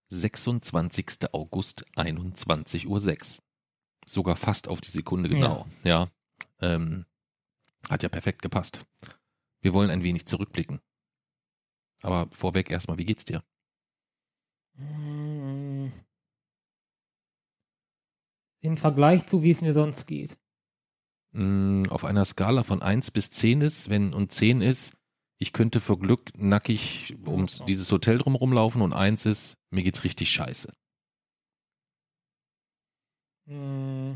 26. August, 21:06 Uhr. Sogar fast auf die Sekunde genau. Ja. Hat ja perfekt gepasst. Wir wollen ein wenig zurückblicken. Aber vorweg erstmal, wie geht's dir? Im Vergleich zu, wie es mir sonst geht. Auf einer Skala von 1 bis 10 ist, und 10 ist, ich könnte vor Glück nackig um dieses Hotel drumherum laufen, und 1 ist, mir geht's richtig scheiße. 7.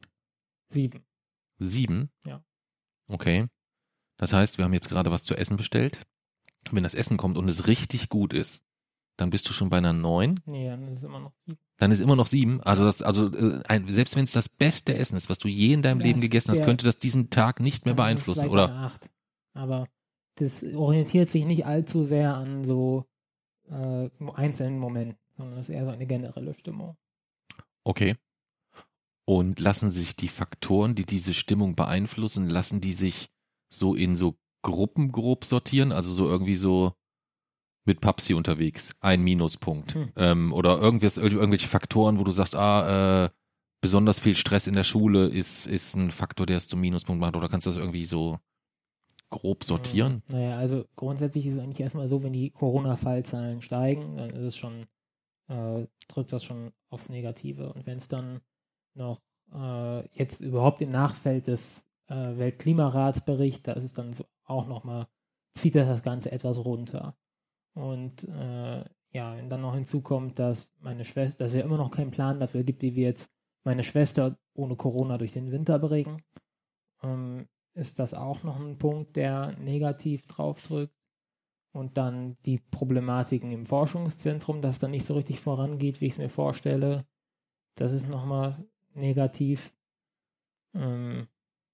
7? Ja. Okay. Das heißt, wir haben jetzt gerade was zu essen bestellt. Wenn das Essen kommt und es richtig gut ist, dann bist du schon bei einer 9. Nee, dann ist es immer noch 7. Dann ist immer noch 7. Selbst wenn es das beste Essen ist, was du je in deinem Leben gegessen hast, könnte das diesen Tag nicht mehr beeinflussen, oder? Eine 8. Aber das orientiert sich nicht allzu sehr an so einzelnen Momenten, sondern das ist eher so eine generelle Stimmung. Okay. Und lassen sich die Faktoren, die diese Stimmung beeinflussen, lassen die sich so in so Gruppen grob sortieren? Also so irgendwie so mit Papsi unterwegs, ein Minuspunkt. Oder irgendwelche Faktoren, wo du sagst, besonders viel Stress in der Schule ist ein Faktor, der es zum Minuspunkt macht, oder kannst du das irgendwie so grob sortieren? Naja, also grundsätzlich ist es eigentlich erstmal so, wenn die Corona-Fallzahlen steigen, dann ist es schon, drückt das schon aufs Negative. Und wenn es dann noch jetzt überhaupt im Nachfeld des Weltklimaratsberichts, da ist es dann so auch nochmal, zieht das Ganze etwas runter. Und wenn dann noch hinzukommt, dass dass es ja immer noch keinen Plan dafür gibt, wie wir jetzt meine Schwester ohne Corona durch den Winter bringen, ist das auch noch ein Punkt, der negativ draufdrückt. Und dann die Problematiken im Forschungszentrum, dass es dann nicht so richtig vorangeht, wie ich es mir vorstelle. Das ist nochmal negativ. Und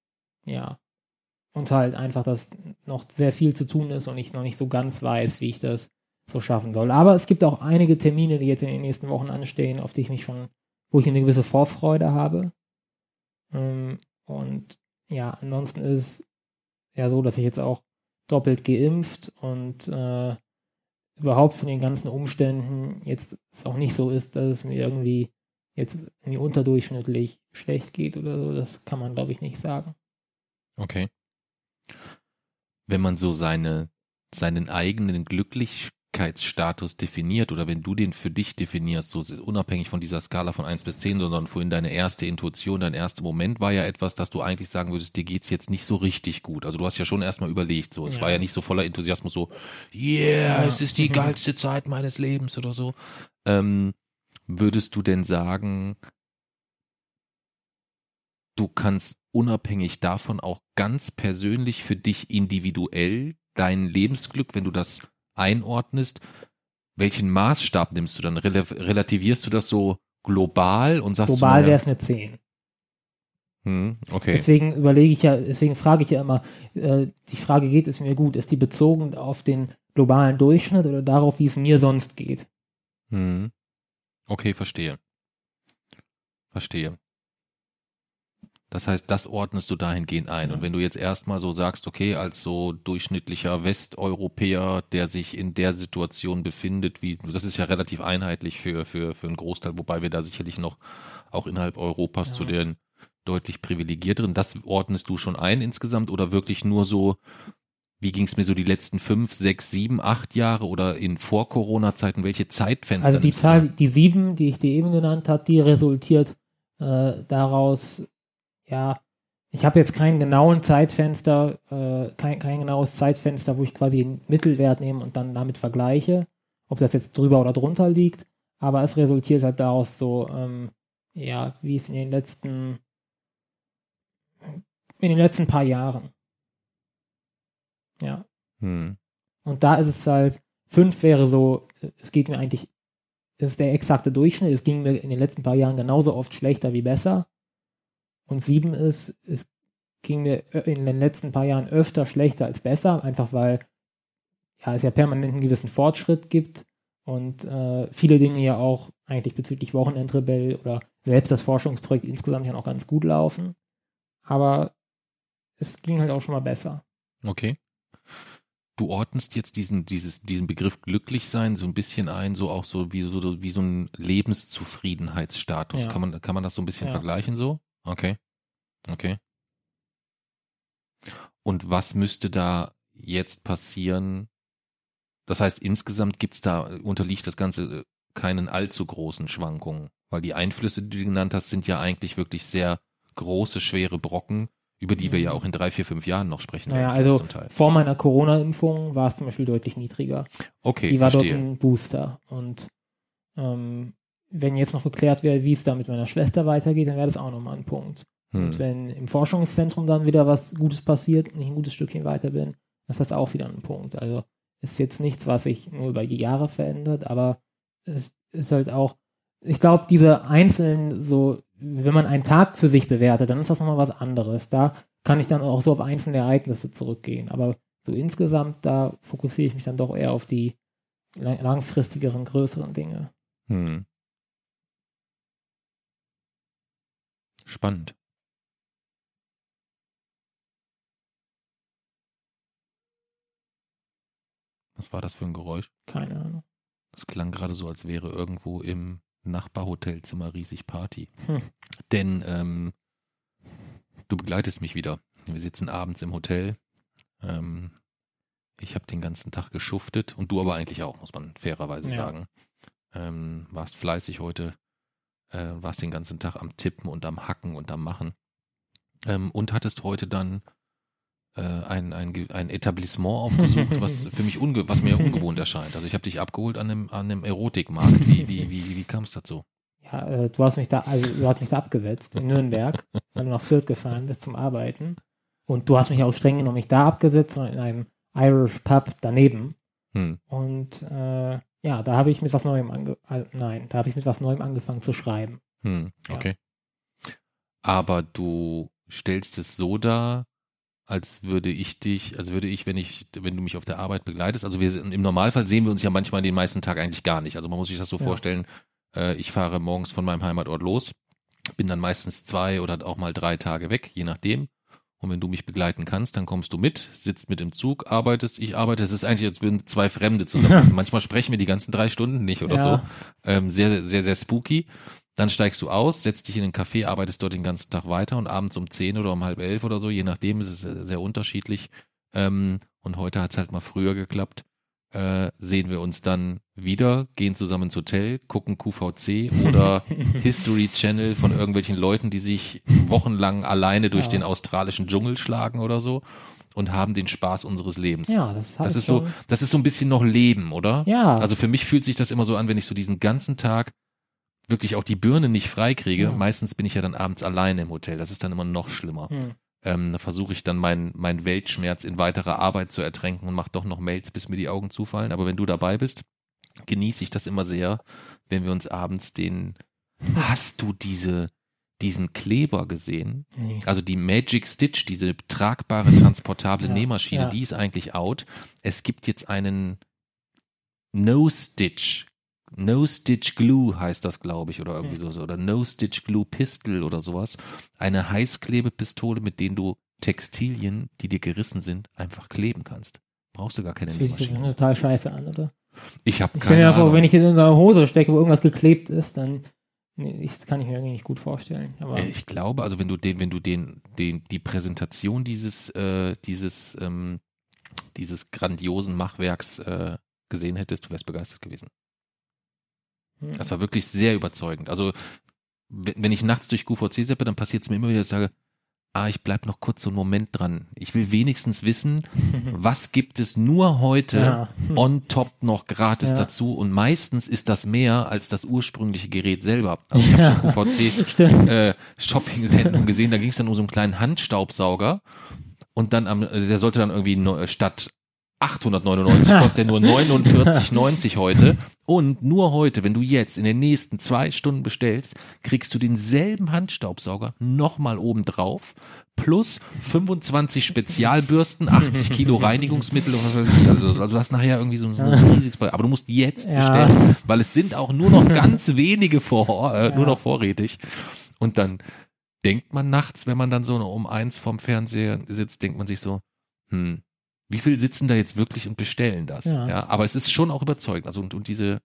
halt einfach, dass noch sehr viel zu tun ist und ich noch nicht so ganz weiß, wie ich das so schaffen soll. Aber es gibt auch einige Termine, die jetzt in den nächsten Wochen anstehen, auf die wo ich eine gewisse Vorfreude habe. Und ja, ansonsten ist es ja so, dass ich jetzt auch doppelt geimpft und überhaupt von den ganzen Umständen jetzt es auch nicht so ist, dass es mir irgendwie unterdurchschnittlich schlecht geht oder so. Das kann man, glaube ich, nicht sagen. Okay. Wenn man so seinen eigenen Glücklichkeitsstatus definiert, oder wenn du den für dich definierst, so unabhängig von dieser Skala von 1 bis 10, sondern vorhin deine erste Intuition, dein erster Moment war ja etwas, dass du eigentlich sagen würdest, dir geht's jetzt nicht so richtig gut. Also du hast ja schon erstmal überlegt, so. Es war ja nicht so voller Enthusiasmus, so, es ist die geilste Zeit meines Lebens oder so. Würdest du denn sagen, du kannst unabhängig davon auch ganz persönlich für dich individuell dein Lebensglück, wenn du das einordnest, welchen Maßstab nimmst du dann? Relativierst du das so global und sagst global wäre es eine 10. Okay. Deswegen frage ich ja immer, die Frage, geht es mir gut, ist die bezogen auf den globalen Durchschnitt oder darauf, wie es mir sonst geht? Okay, verstehe. Das heißt, das ordnest du dahingehend ein. Und wenn du jetzt erstmal so sagst, okay, als so durchschnittlicher Westeuropäer, der sich in der Situation befindet, das ist ja relativ einheitlich für einen Großteil, wobei wir da sicherlich noch auch innerhalb Europas zu den deutlich privilegierteren, das ordnest du schon ein insgesamt, oder wirklich nur so, wie ging es mir so die letzten 5, 6, 7, 8 Jahre oder in Vor-Corona-Zeiten, welche Zeitfenster? Also die Zahl, die 7, die ich dir eben genannt habe, die resultiert daraus, ich habe jetzt kein genaues Zeitfenster, wo ich quasi einen Mittelwert nehme und dann damit vergleiche, ob das jetzt drüber oder drunter liegt, aber es resultiert halt daraus so, wie es in den letzten paar Jahren. Ja. Und da ist es halt, 5 wäre so, es geht mir eigentlich, das ist der exakte Durchschnitt, es ging mir in den letzten paar Jahren genauso oft schlechter wie besser. Und 7 ist, es ging mir in den letzten paar Jahren öfter schlechter als besser, einfach weil es ja permanent einen gewissen Fortschritt gibt und viele Dinge ja auch eigentlich bezüglich Wochenendrebell oder selbst das Forschungsprojekt insgesamt ja noch ganz gut laufen. Aber es ging halt auch schon mal besser. Okay. du ordnest jetzt diesen Begriff glücklich sein so ein bisschen ein, so auch so wie so ein Lebenszufriedenheitsstatus. Ja. Kann man das so ein bisschen Ja. vergleichen so? Okay. Und was müsste da jetzt passieren? Das heißt, insgesamt unterliegt das Ganze keinen allzu großen Schwankungen, weil die Einflüsse, die du genannt hast, sind ja eigentlich wirklich sehr große, schwere Brocken, über die wir ja auch in 3, 4, 5 Jahren noch sprechen Naja, werden. also Zum Teil. vor meiner Corona-Impfung war es zum Beispiel deutlich niedriger. Okay, Die war verstehe. dort ein Booster. Und wenn jetzt noch geklärt wäre, wie es da mit meiner Schwester weitergeht, dann wäre das auch nochmal ein Punkt. Und wenn im Forschungszentrum dann wieder was Gutes passiert und ich ein gutes Stückchen weiter bin, ist das auch wieder ein Punkt. Also ist jetzt nichts, was sich nur über die Jahre verändert, aber es ist halt auch, ich glaube, diese einzelnen so, wenn man einen Tag für sich bewertet, dann ist das nochmal was anderes. Da kann ich dann auch so auf einzelne Ereignisse zurückgehen. Aber so insgesamt, da fokussiere ich mich dann doch eher auf die langfristigeren, größeren Dinge. Spannend. Was war das für ein Geräusch? Keine Ahnung. Das klang gerade so, als wäre irgendwo im Nachbarhotelzimmer riesig Party. Denn du begleitest mich wieder. Wir sitzen abends im Hotel. Ich habe den ganzen Tag geschuftet und du aber eigentlich auch, muss man fairerweise sagen. Warst fleißig heute, warst den ganzen Tag am Tippen und am Hacken und am Machen. Und hattest heute dann ein Etablissement aufgesucht, was mir ungewohnt erscheint. Also ich habe dich abgeholt an einem Erotikmarkt. Wie kam es dazu? Ja, du hast mich da abgesetzt in Nürnberg, weil du nach Fürth gefahren bist zum Arbeiten. Und du hast mich auch streng genommen nicht da abgesetzt, sondern in einem Irish Pub daneben. Und da habe ich mit was Neuem angefangen zu schreiben. Okay. Ja. Aber du stellst es so dar, als würde ich, wenn du mich auf der Arbeit begleitest, also im Normalfall sehen wir uns ja manchmal den meisten Tag eigentlich gar nicht. Also man muss sich das so vorstellen, ich fahre morgens von meinem Heimatort los, bin dann meistens 2 oder auch mal 3 Tage weg, je nachdem. Und wenn du mich begleiten kannst, dann kommst du mit, sitzt mit im Zug, arbeitest, ich arbeite. Es ist eigentlich, als würden 2 Fremde zusammensitzen. Manchmal sprechen wir die ganzen 3 Stunden nicht oder so. Sehr, sehr, sehr spooky. Dann steigst du aus, setzt dich in den Café, arbeitest dort den ganzen Tag weiter und abends um 10 oder um 10:30 oder so, je nachdem, ist es sehr unterschiedlich. Und heute hat es halt mal früher geklappt. Sehen wir uns dann wieder, gehen zusammen ins Hotel, gucken QVC oder History Channel von irgendwelchen Leuten, die sich wochenlang alleine durch den australischen Dschungel schlagen oder so und haben den Spaß unseres Lebens. Ja, das ist so ein bisschen noch Leben, oder? Ja. Also für mich fühlt sich das immer so an, wenn ich so diesen ganzen Tag wirklich auch die Birne nicht freikriege. Ja. Meistens bin ich ja dann abends alleine im Hotel. Das ist dann immer noch schlimmer. Da versuche ich dann meinen Weltschmerz in weiterer Arbeit zu ertränken und mache doch noch Mails, bis mir die Augen zufallen. Aber wenn du dabei bist, genieße ich das immer sehr, wenn wir uns abends Hast du diesen Kleber gesehen? Nee. Also die Magic Stitch, diese tragbare, transportable Nähmaschine, die ist eigentlich out. Es gibt jetzt einen No-Stitch Glue heißt das, glaube ich, oder irgendwie so. Oder No-Stitch Glue Pistol oder sowas. Eine Heißklebepistole, mit denen du Textilien, die dir gerissen sind, einfach kleben kannst. Brauchst du gar keine Nähmaschine. Fühlt sich total scheiße an, oder? Ich habe keine Ahnung. Stell dir vor, wenn ich in einer Hose stecke, wo irgendwas geklebt ist, dann das kann ich mir irgendwie nicht gut vorstellen. Aber ich glaube, also wenn du die Präsentation dieses grandiosen Machwerks gesehen hättest, du wärst begeistert gewesen. Das war wirklich sehr überzeugend. Also wenn ich nachts durch QVC seppe, dann passiert es mir immer wieder, dass ich sage, ich bleib noch kurz so einen Moment dran. Ich will wenigstens wissen, was gibt es nur heute on top noch gratis dazu, und meistens ist das mehr als das ursprüngliche Gerät selber. Also ich habe schon QVC Shopping-Sendung gesehen, da ging es dann um so einen kleinen Handstaubsauger und dann der sollte dann irgendwie statt 899 kostet der nur 49,90 heute. Und nur heute, wenn du jetzt in den nächsten 2 Stunden bestellst, kriegst du denselben Handstaubsauger nochmal oben drauf, plus 25 Spezialbürsten, 80 Kilo Reinigungsmittel und was weiß ich. Also du hast nachher irgendwie so ein riesiges Preis. Aber du musst jetzt bestellen, weil es sind auch nur noch ganz wenige nur noch vorrätig. Und dann denkt man nachts, wenn man dann so um 1 vorm Fernseher sitzt, denkt man sich so, wie viel sitzen da jetzt wirklich und bestellen das? Ja. Ja, aber es ist schon auch überzeugend. Also und diese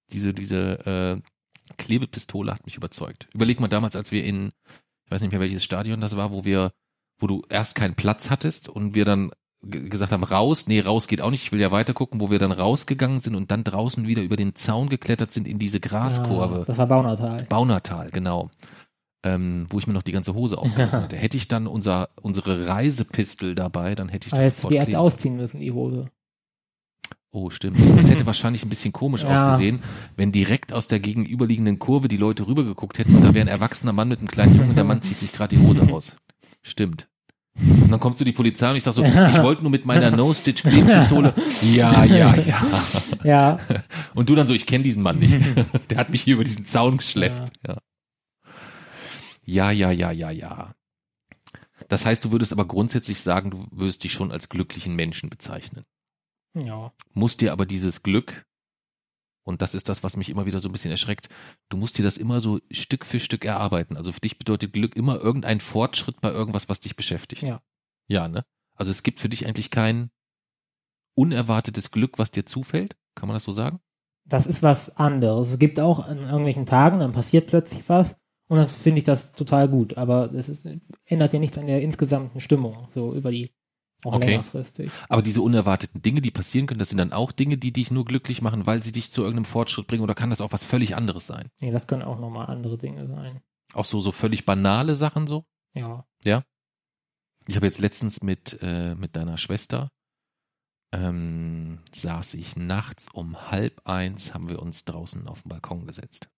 Klebepistole hat mich überzeugt. Überleg mal damals, als wir ich weiß nicht mehr welches Stadion das war, wo du erst keinen Platz hattest und wir dann gesagt haben, raus geht auch nicht, ich will ja weiter gucken, wo wir dann rausgegangen sind und dann draußen wieder über den Zaun geklettert sind in diese Graskurve. Das war Baunatal. Baunatal, genau. Wo ich mir noch die ganze Hose aufgerissen hatte. Hätte ich dann unsere Reisepistel dabei, dann hätte ich das sofort. Die erst ausziehen müssen, die Hose. Oh, stimmt. Das hätte wahrscheinlich ein bisschen komisch ausgesehen, wenn direkt aus der gegenüberliegenden Kurve die Leute rübergeguckt hätten und da wäre ein erwachsener Mann mit einem kleinen Jungen und der Mann zieht sich gerade die Hose aus. Stimmt. Und dann kommt so die Polizei und ich sag so, ich wollte nur mit meiner No-Stitch-Klebepistole. Ja. Ja. Und du dann so, ich kenne diesen Mann nicht. Der hat mich hier über diesen Zaun geschleppt. Ja. Das heißt, du würdest aber grundsätzlich sagen, du würdest dich schon als glücklichen Menschen bezeichnen. Ja. Musst dir aber dieses Glück, und das ist das, was mich immer wieder so ein bisschen erschreckt, du musst dir das immer so Stück für Stück erarbeiten. Also für dich bedeutet Glück immer irgendein Fortschritt bei irgendwas, was dich beschäftigt. Ja. Ja, ne? Also es gibt für dich eigentlich kein unerwartetes Glück, was dir zufällt? Kann man das so sagen? Das ist was anderes. Es gibt auch an irgendwelchen Tagen, dann passiert plötzlich was und dann finde ich das total gut. Aber ändert ja nichts an der insgesamten Stimmung, so über die auch längerfristig. Aber diese unerwarteten Dinge, die passieren können, das sind dann auch Dinge, die dich nur glücklich machen, weil sie dich zu irgendeinem Fortschritt bringen, oder kann das auch was völlig anderes sein? Nee, das können auch nochmal andere Dinge sein. Auch so völlig banale Sachen so? Ja. Ja? Ich habe jetzt letztens mit deiner Schwester saß ich nachts um 12:30, haben wir uns draußen auf den Balkon gesetzt.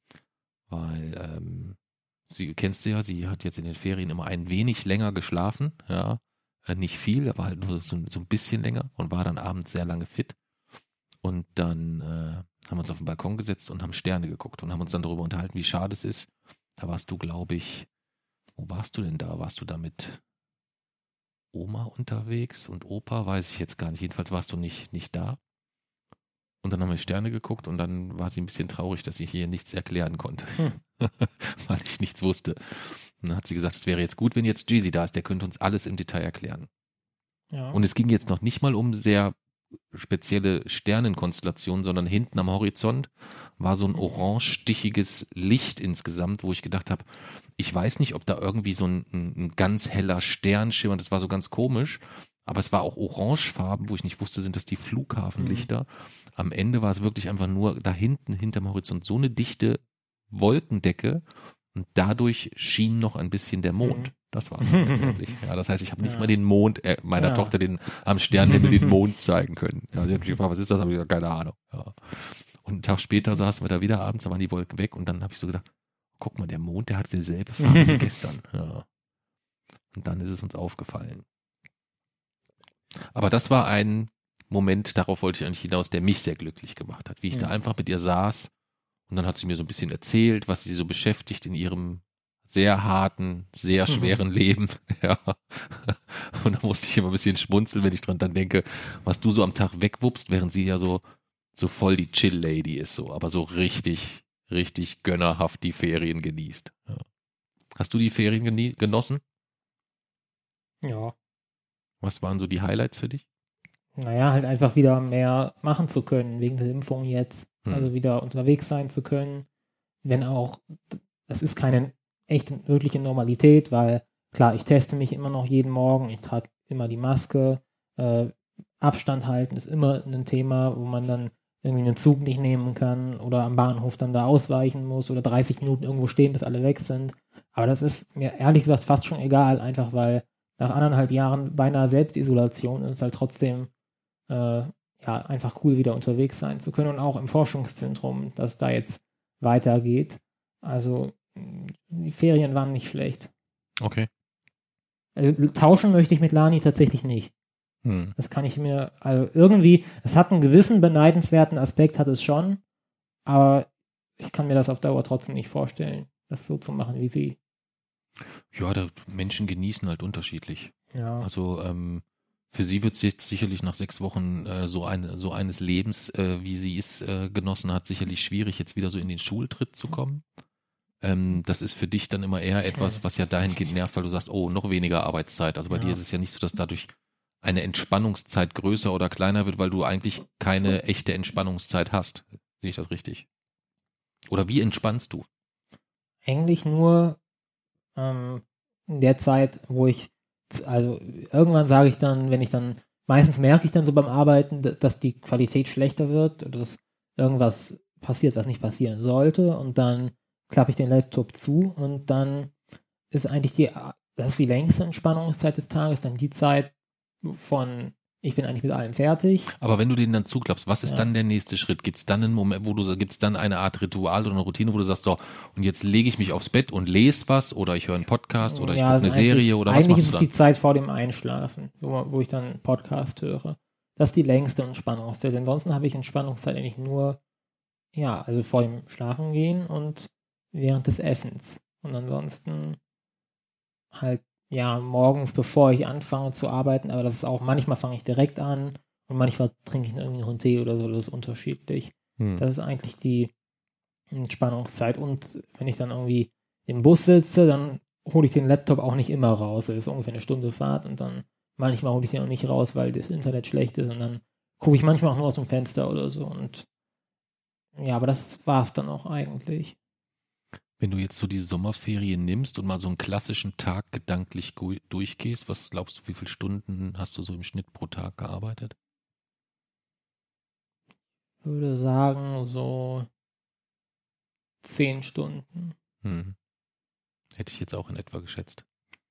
Weil kennst sie ja, sie hat jetzt in den Ferien immer ein wenig länger geschlafen, ja. Nicht viel, aber halt nur so ein bisschen länger und war dann abends sehr lange fit. Und dann haben wir uns auf den Balkon gesetzt und haben Sterne geguckt und haben uns dann darüber unterhalten, wie schade es ist. Da warst du, glaube ich, wo warst du denn da? Warst du da mit Oma unterwegs und Opa? Weiß ich jetzt gar nicht. Jedenfalls warst du nicht da. Und dann haben wir Sterne geguckt und dann war sie ein bisschen traurig, dass ich hier nichts erklären konnte, weil ich nichts wusste. Und dann hat sie gesagt, es wäre jetzt gut, wenn jetzt Jeezy da ist, der könnte uns alles im Detail erklären. Ja. Und es ging jetzt noch nicht mal um sehr spezielle Sternenkonstellationen, sondern hinten am Horizont war so ein orange-stichiges Licht insgesamt, wo ich gedacht habe, ich weiß nicht, ob da irgendwie so ein ganz heller Stern schimmert, das war so ganz komisch, aber es war auch orangefarben, wo ich nicht wusste, sind das die Flughafenlichter. Am Ende war es wirklich einfach nur da hinten, hinterm Horizont, so eine dichte Wolkendecke und dadurch schien noch ein bisschen der Mond. Das war es tatsächlich. Ja, das heißt, ich habe nicht mal den Mond, meiner Tochter am Sternenhimmel den Mond zeigen können. Ja, sie hat mich gefragt, was ist das? Habe ich gesagt, keine Ahnung. Ja. Und einen Tag später saßen wir da wieder abends, da waren die Wolken weg und dann habe ich so gedacht, guck mal, der Mond, der hat dieselbe Farbe wie gestern. Ja. Und dann ist es uns aufgefallen. Aber das war ein Moment, darauf wollte ich eigentlich hinaus, der mich sehr glücklich gemacht hat, wie ich da einfach mit ihr saß und dann hat sie mir so ein bisschen erzählt, was sie so beschäftigt in ihrem sehr harten, sehr schweren Leben. Ja. Und da musste ich immer ein bisschen schmunzeln, wenn ich dran dann denke, was du so am Tag wegwuppst, während sie ja so voll die Chill-Lady ist, so, aber so richtig gönnerhaft die Ferien genießt. Ja. Hast du die Ferien genossen? Ja. Was waren so die Highlights für dich? Naja, halt einfach wieder mehr machen zu können, wegen der Impfung jetzt. Also wieder unterwegs sein zu können. Wenn auch, das ist keine echte, wirkliche Normalität, weil klar, ich teste mich immer noch jeden Morgen, ich trage immer die Maske, Abstand halten ist immer ein Thema, wo man dann irgendwie einen Zug nicht nehmen kann oder am Bahnhof dann da ausweichen muss oder 30 Minuten irgendwo stehen, bis alle weg sind. Aber das ist mir ehrlich gesagt fast schon egal, einfach weil nach 1,5 Jahren beinahe Selbstisolation ist es halt trotzdem einfach cool, wieder unterwegs sein zu können und auch im Forschungszentrum, dass da jetzt weitergeht. Also die Ferien waren nicht schlecht. Okay. Also, tauschen möchte ich mit Lani tatsächlich nicht. Das kann ich mir, also irgendwie, es hat einen gewissen beneidenswerten Aspekt, hat es schon, aber ich kann mir das auf Dauer trotzdem nicht vorstellen, das so zu machen wie sie. Ja, Menschen genießen halt unterschiedlich. Ja. Also für sie wird es jetzt sicherlich nach 6 Wochen so eines Lebens, wie sie es genossen hat, sicherlich schwierig, jetzt wieder so in den Schultritt zu kommen. Das ist für dich dann immer eher etwas, was ja dahingehend nervt, weil du sagst, oh, noch weniger Arbeitszeit. Also bei dir ist es ja nicht so, dass dadurch eine Entspannungszeit größer oder kleiner wird, weil du eigentlich keine echte Entspannungszeit hast. Sehe ich das richtig? Oder wie entspannst du? Eigentlich nur in der Zeit, wo ich, also irgendwann sage ich dann, meistens merke ich dann so beim Arbeiten, dass die Qualität schlechter wird oder dass irgendwas passiert, was nicht passieren sollte, und dann klappe ich den Laptop zu und dann ist eigentlich das ist die längste Entspannungszeit des Tages, dann die Zeit von, ich bin eigentlich mit allem fertig. Aber wenn du den dann zuklappst, was ist dann der nächste Schritt? Gibt es dann einen Moment, gibt's dann eine Art Ritual oder eine Routine, wo du sagst, so, und jetzt lege ich mich aufs Bett und lese was oder ich höre einen Podcast oder ich gucke eine Serie oder was machst du dann? Eigentlich ist es die Zeit vor dem Einschlafen, wo ich dann einen Podcast höre. Das ist die längste Entspannungszeit. Ansonsten habe ich Entspannungszeit eigentlich nur, also vor dem Schlafengehen und während des Essens. Und ansonsten halt, morgens, bevor ich anfange zu arbeiten, aber das ist auch, manchmal fange ich direkt an und manchmal trinke ich irgendwie noch einen Tee oder so, das ist unterschiedlich. Das ist eigentlich die Entspannungszeit. Und wenn ich dann irgendwie im Bus sitze, dann hole ich den Laptop auch nicht immer raus. Das ist ungefähr eine Stunde Fahrt und dann manchmal hole ich den auch nicht raus, weil das Internet schlecht ist und dann gucke ich manchmal auch nur aus dem Fenster oder so. Und aber das war's dann auch eigentlich. Wenn du jetzt so die Sommerferien nimmst und mal so einen klassischen Tag gedanklich durchgehst, was glaubst du, wie viele Stunden hast du so im Schnitt pro Tag gearbeitet? Ich würde sagen, so 10 Stunden. Hätte ich jetzt auch in etwa geschätzt.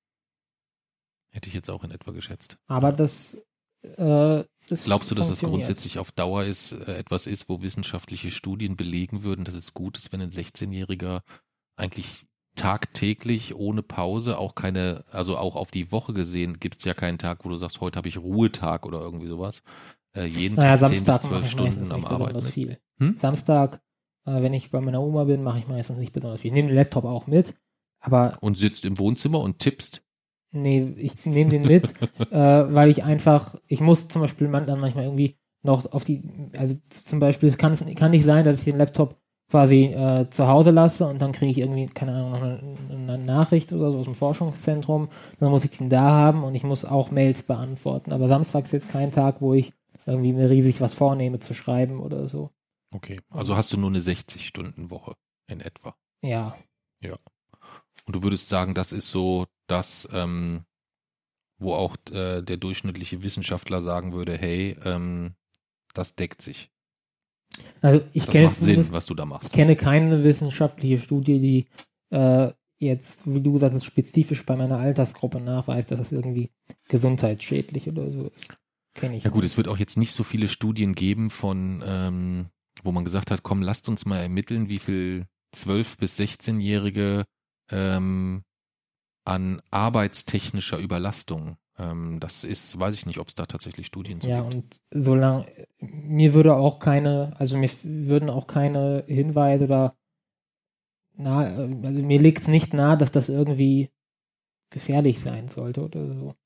Aber das glaubst du, dass das grundsätzlich auf Dauer etwas ist, wo wissenschaftliche Studien belegen würden, dass es gut ist, wenn ein 16-Jähriger eigentlich tagtäglich ohne Pause, auch auf die Woche gesehen, gibt es ja keinen Tag, wo du sagst, heute habe ich Ruhetag oder irgendwie sowas. Jeden Tag 10 bis 12 Stunden am Arbeiten. Viel. Samstag, wenn ich bei meiner Oma bin, mache ich meistens nicht besonders viel. Ich nehme den Laptop auch mit, aber... Und sitzt im Wohnzimmer und tippst? Nee, ich nehme den mit, weil ich muss zum Beispiel dann manchmal irgendwie noch also zum Beispiel, es kann nicht sein, dass ich den Laptop quasi zu Hause lasse und dann kriege ich irgendwie, keine Ahnung, noch eine Nachricht oder so aus dem Forschungszentrum, dann muss ich den da haben und ich muss auch Mails beantworten. Aber Samstag ist jetzt kein Tag, wo ich irgendwie mir riesig was vornehme zu schreiben oder so. Okay, also hast du nur eine 60-Stunden-Woche in etwa? Ja. Ja. Und du würdest sagen, das ist so das, wo auch der durchschnittliche Wissenschaftler sagen würde, hey, das deckt sich. Also das macht Sinn, was du da machst. Ich kenne keine wissenschaftliche Studie, die jetzt, wie du gesagt hast, spezifisch bei meiner Altersgruppe nachweist, dass das irgendwie gesundheitsschädlich oder so ist. Kenne ich. Ja gut, es wird auch jetzt nicht so viele Studien geben von, wo man gesagt hat, komm, lasst uns mal ermitteln, wie viel 12- bis 16-Jährige an arbeitstechnischer Überlastung. Das ist, weiß ich nicht, ob es da tatsächlich Studien zu gibt. Ja, und solange, mir würden auch keine Hinweise oder also mir liegt es nicht nahe, dass das irgendwie gefährlich sein sollte oder so.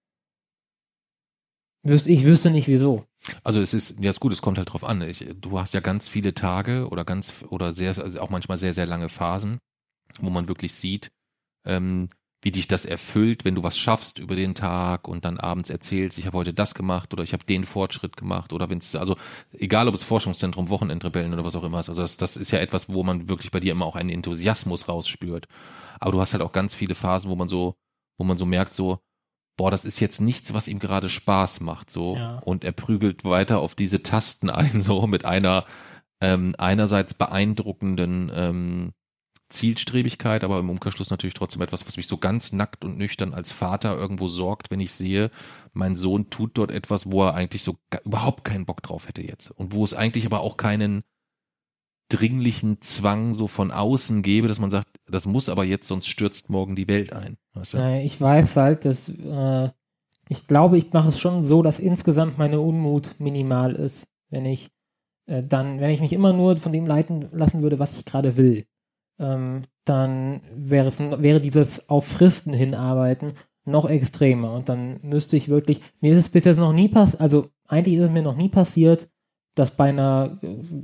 Ich wüsste nicht, wieso. Also ist gut, es kommt halt drauf an. Du hast ja ganz viele Tage oder also auch manchmal sehr, sehr lange Phasen, wo man wirklich sieht, wie dich das erfüllt, wenn du was schaffst über den Tag und dann abends erzählst, ich habe heute das gemacht oder ich habe den Fortschritt gemacht oder also egal ob es Forschungszentrum, Wochenendrebellen oder was auch immer ist, also das ist ja etwas, wo man wirklich bei dir immer auch einen Enthusiasmus rausspürt. Aber du hast halt auch ganz viele Phasen, wo man so merkt, so, boah, das ist jetzt nichts, was ihm gerade Spaß macht, so, ja. Und er prügelt weiter auf diese Tasten ein, so mit einer einerseits beeindruckenden Zielstrebigkeit, aber im Umkehrschluss natürlich trotzdem etwas, was mich so ganz nackt und nüchtern als Vater irgendwo sorgt, wenn ich sehe, mein Sohn tut dort etwas, wo er eigentlich so überhaupt keinen Bock drauf hätte jetzt und wo es eigentlich aber auch keinen dringlichen Zwang so von außen gäbe, dass man sagt, das muss aber jetzt, sonst stürzt morgen die Welt ein. Weißt du? Ich weiß halt, dass ich glaube, ich mache es schon so, dass insgesamt meine Unmut minimal ist, wenn ich mich immer nur von dem leiten lassen würde, was ich gerade will. Dann wäre dieses auf Fristen hinarbeiten noch extremer und dann müsste ich wirklich, mir ist es bis jetzt noch nie passiert, also eigentlich ist es mir noch nie passiert, dass bei einer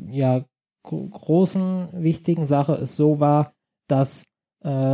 großen, wichtigen Sache es so war, dass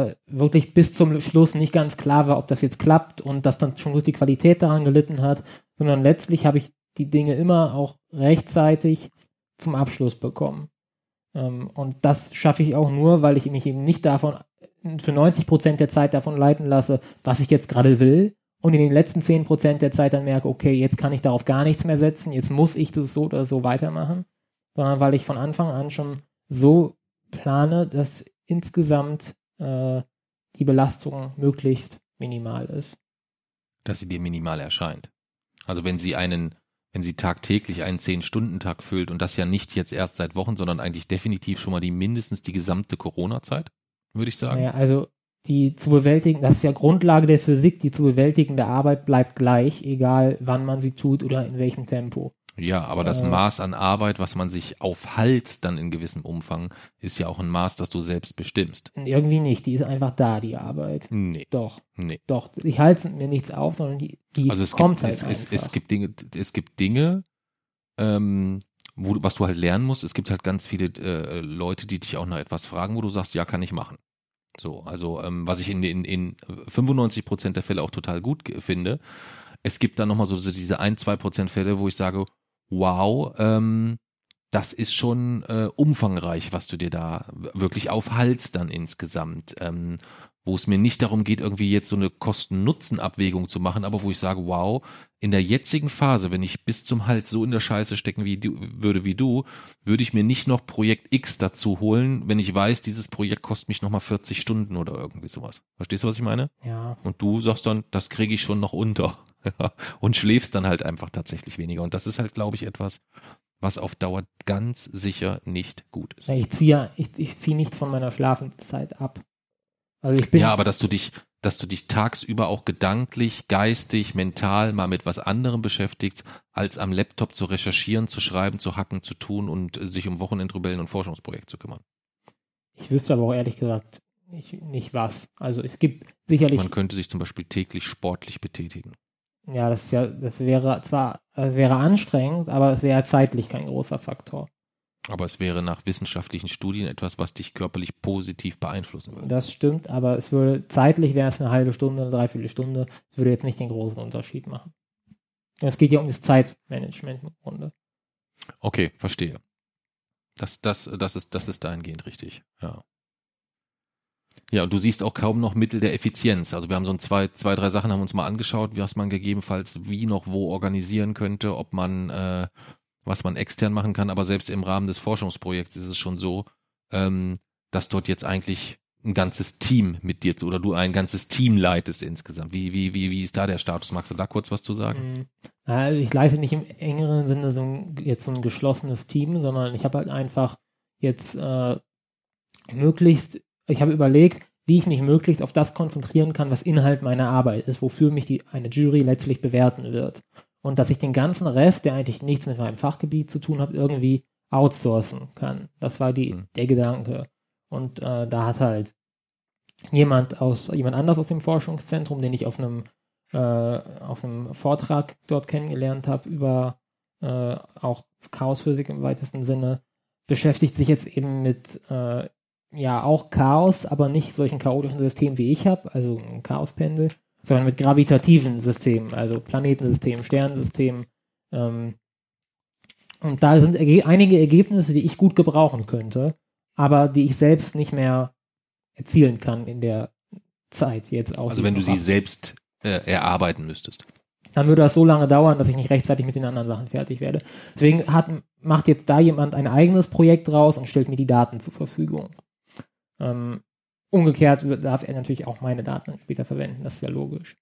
wirklich bis zum Schluss nicht ganz klar war, ob das jetzt klappt und dass dann schon die Qualität daran gelitten hat sondern letztlich habe ich die Dinge immer auch rechtzeitig zum Abschluss bekommen. Und das schaffe ich auch nur, weil ich mich eben nicht davon, für 90% der Zeit davon leiten lasse, was ich jetzt gerade will, und in den letzten 10% der Zeit dann merke, okay, jetzt kann ich darauf gar nichts mehr setzen, jetzt muss ich das so oder so weitermachen, sondern weil ich von Anfang an schon so plane, dass insgesamt die Belastung möglichst minimal ist. Dass sie dir minimal erscheint. Also wenn sie tagtäglich einen 10-Stunden-Tag füllt und das ja nicht jetzt erst seit Wochen, sondern eigentlich definitiv schon mal mindestens die gesamte Corona-Zeit, würde ich sagen. Naja, also die zu bewältigen, das ist ja Grundlage der Physik, die zu bewältigende Arbeit bleibt gleich, egal wann man sie tut oder in welchem Tempo. Ja, aber das Maß an Arbeit, was man sich aufhalst dann in gewissem Umfang, ist ja auch ein Maß, das du selbst bestimmst. Irgendwie nicht, die ist einfach da, die Arbeit. Nee. Doch. Nee. Doch, ich halte mir nichts auf, sondern die also kommt halt einfach. Es gibt Dinge, was du halt lernen musst. Es gibt halt ganz viele Leute, die dich auch nach etwas fragen, wo du sagst, ja, kann ich machen. So, also was ich in 95% der Fälle auch total gut finde. Es gibt dann nochmal so diese 1-2% Fälle, wo ich sage, wow, das ist schon umfangreich, was du dir da wirklich aufhalst dann insgesamt. Wo es mir nicht darum geht, irgendwie jetzt so eine Kosten-Nutzen-Abwägung zu machen, aber wo ich sage, wow, in der jetzigen Phase, wenn ich bis zum Hals so in der Scheiße stecken würde, würde ich mir nicht noch Projekt X dazu holen, wenn ich weiß, dieses Projekt kostet mich nochmal 40 Stunden oder irgendwie sowas. Verstehst du, was ich meine? Ja. Und du sagst dann, das kriege ich schon noch unter. Und schläfst dann halt einfach tatsächlich weniger. Und das ist halt, glaube ich, etwas, was auf Dauer ganz sicher nicht gut ist. Ich ziehe nicht von meiner Schlafenszeit ab. Also ich bin ja, aber dass du dich tagsüber auch gedanklich, geistig, mental mal mit was anderem beschäftigst, als am Laptop zu recherchieren, zu schreiben, zu hacken, zu tun und sich um Wochenendrebellen und Forschungsprojekte zu kümmern. Ich wüsste aber auch ehrlich gesagt nicht was. Also es gibt sicherlich. Man könnte sich zum Beispiel täglich sportlich betätigen. Ja, das wäre anstrengend, aber es wäre zeitlich kein großer Faktor. Aber es wäre nach wissenschaftlichen Studien etwas, was dich körperlich positiv beeinflussen würde. Das stimmt, aber zeitlich wäre es eine halbe Stunde, eine Dreiviertelstunde. Es würde jetzt nicht den großen Unterschied machen. Es geht ja um das Zeitmanagement im Grunde. Okay, verstehe. Das ist dahingehend richtig, ja. Ja, und du siehst auch kaum noch Mittel der Effizienz. Also wir haben so zwei, drei Sachen haben uns mal angeschaut, was man gegebenenfalls wie noch wo organisieren könnte, ob man was man extern machen kann, aber selbst im Rahmen des Forschungsprojekts ist es schon so, dass dort jetzt eigentlich ein ganzes Team mit dir oder du ein ganzes Team leitest insgesamt. Wie ist da der Status? Magst du da kurz was zu sagen? Also ich leite nicht im engeren Sinne so ein geschlossenes Team, sondern ich habe halt einfach jetzt ich habe überlegt, wie ich mich möglichst auf das konzentrieren kann, was Inhalt meiner Arbeit ist, wofür mich eine Jury letztlich bewerten wird. Und dass ich den ganzen Rest, der eigentlich nichts mit meinem Fachgebiet zu tun hat, irgendwie outsourcen kann. Das war der Gedanke. Und da hat halt jemand anders aus dem Forschungszentrum, den ich auf einem Vortrag dort kennengelernt habe, über auch Chaosphysik im weitesten Sinne, beschäftigt sich jetzt eben mit auch Chaos, aber nicht solchen chaotischen Systemen wie ich habe, also ein Chaospendel, sondern mit gravitativen Systemen, also Planetensystemen, Sternensystemen. Und da sind einige Ergebnisse, die ich gut gebrauchen könnte, aber die ich selbst nicht mehr erzielen kann in der Zeit jetzt auch. Also wenn du sie selbst erarbeiten müsstest. Dann würde das so lange dauern, dass ich nicht rechtzeitig mit den anderen Sachen fertig werde. Deswegen macht jetzt da jemand ein eigenes Projekt raus und stellt mir die Daten zur Verfügung. Umgekehrt darf er natürlich auch meine Daten später verwenden, das ist ja logisch.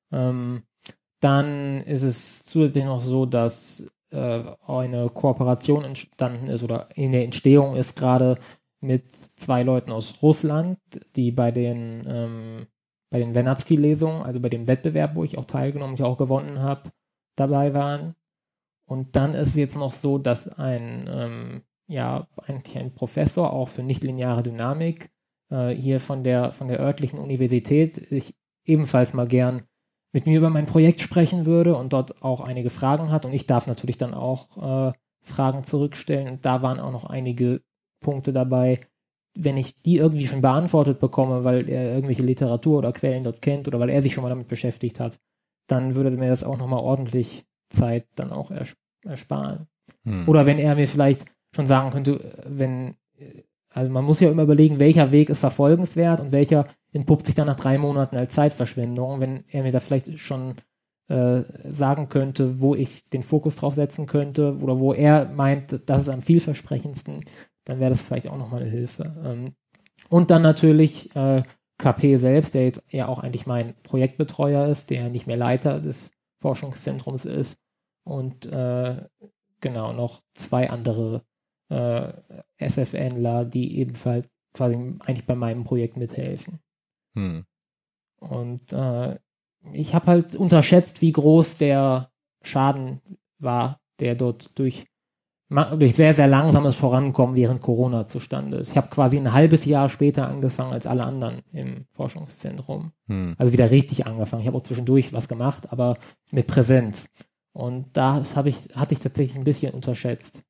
Dann ist es zusätzlich noch so, dass eine Kooperation entstanden ist oder in der Entstehung ist gerade mit 2 Leuten aus Russland, die bei den Vernadsky-Lesungen, also bei dem Wettbewerb, wo ich auch teilgenommen, ich auch gewonnen habe, dabei waren. Und dann ist es jetzt noch so, dass ein Professor auch für nichtlineare Dynamik hier von der örtlichen Universität sich ebenfalls mal gern mit mir über mein Projekt sprechen würde und dort auch einige Fragen hat. Und ich darf natürlich dann auch Fragen zurückstellen. Und da waren auch noch einige Punkte dabei, wenn ich die irgendwie schon beantwortet bekomme, weil er irgendwelche Literatur oder Quellen dort kennt oder weil er sich schon mal damit beschäftigt hat, dann würde mir das auch nochmal ordentlich Zeit dann auch ersparen. Oder wenn er mir vielleicht schon sagen könnte, also man muss ja immer überlegen, welcher Weg ist verfolgenswert und welcher entpuppt sich dann nach 3 Monaten als Zeitverschwendung. Wenn er mir da vielleicht schon sagen könnte, wo ich den Fokus drauf setzen könnte oder wo er meint, das ist am vielversprechendsten, dann wäre das vielleicht auch nochmal eine Hilfe. Und dann natürlich KP selbst, der jetzt ja auch eigentlich mein Projektbetreuer ist, der nicht mehr Leiter des Forschungszentrums ist und genau noch 2 andere SFNler, die ebenfalls quasi eigentlich bei meinem Projekt mithelfen. Und ich habe halt unterschätzt, wie groß der Schaden war, der dort durch sehr, sehr langsames Vorankommen während Corona zustande ist. Ich habe quasi ein halbes Jahr später angefangen als alle anderen im Forschungszentrum. Also wieder richtig angefangen. Ich habe auch zwischendurch was gemacht, aber mit Präsenz. Und das hatte ich tatsächlich ein bisschen unterschätzt.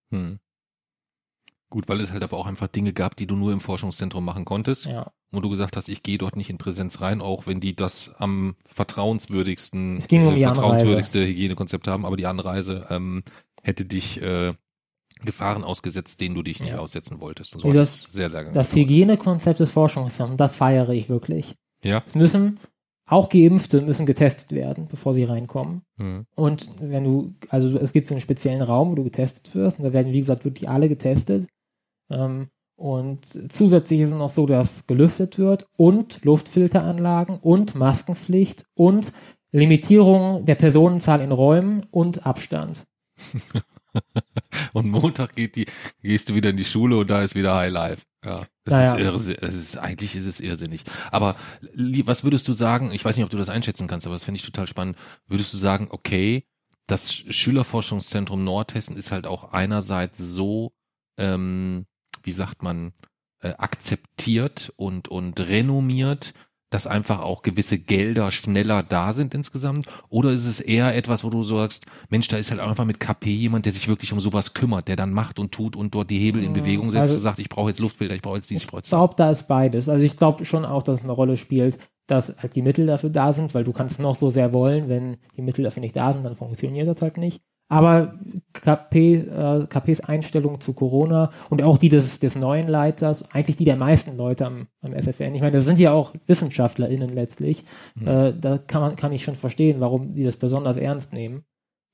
Gut, weil es halt aber auch einfach Dinge gab, die du nur im Forschungszentrum machen konntest. Ja. Und du gesagt hast, ich gehe dort nicht in Präsenz rein, auch wenn die das am vertrauenswürdigste Hygienekonzept haben, aber die Anreise hätte dich Gefahren ausgesetzt, denen du dich nicht aussetzen wolltest. Und so das Hygienekonzept des Forschungszentrums, das feiere ich wirklich. Ja. Auch Geimpfte müssen getestet werden, bevor sie reinkommen. Und es gibt so einen speziellen Raum, wo du getestet wirst, und da werden, wie gesagt, wirklich alle getestet. Und zusätzlich ist es noch so, dass gelüftet wird und Luftfilteranlagen und Maskenpflicht und Limitierung der Personenzahl in Räumen und Abstand. Und Montag gehst du wieder in die Schule und da ist wieder High Life. Ja, eigentlich ist es irrsinnig. Aber was würdest du sagen, ich weiß nicht, ob du das einschätzen kannst, aber das finde ich total spannend, würdest du sagen, okay, das Schülerforschungszentrum Nordhessen ist halt auch einerseits so, wie sagt man, akzeptiert und renommiert, dass einfach auch gewisse Gelder schneller da sind insgesamt? Oder ist es eher etwas, wo du sagst, Mensch, da ist halt einfach mit KP jemand, der sich wirklich um sowas kümmert, der dann macht und tut und dort die Hebel in Bewegung setzt und sagt, ich brauche jetzt Luftfilter, ich brauche jetzt dies, ich brauche jetzt das. Ich glaube, da ist beides. Also ich glaube schon auch, dass es eine Rolle spielt, dass halt die Mittel dafür da sind, weil du kannst noch so sehr wollen, wenn die Mittel dafür nicht da sind, dann funktioniert das halt nicht. Aber KPs Einstellung zu Corona und auch die des neuen Leiters, eigentlich die der meisten Leute am SFN, ich meine, das sind ja auch WissenschaftlerInnen letztlich, da kann ich schon verstehen, warum die das besonders ernst nehmen.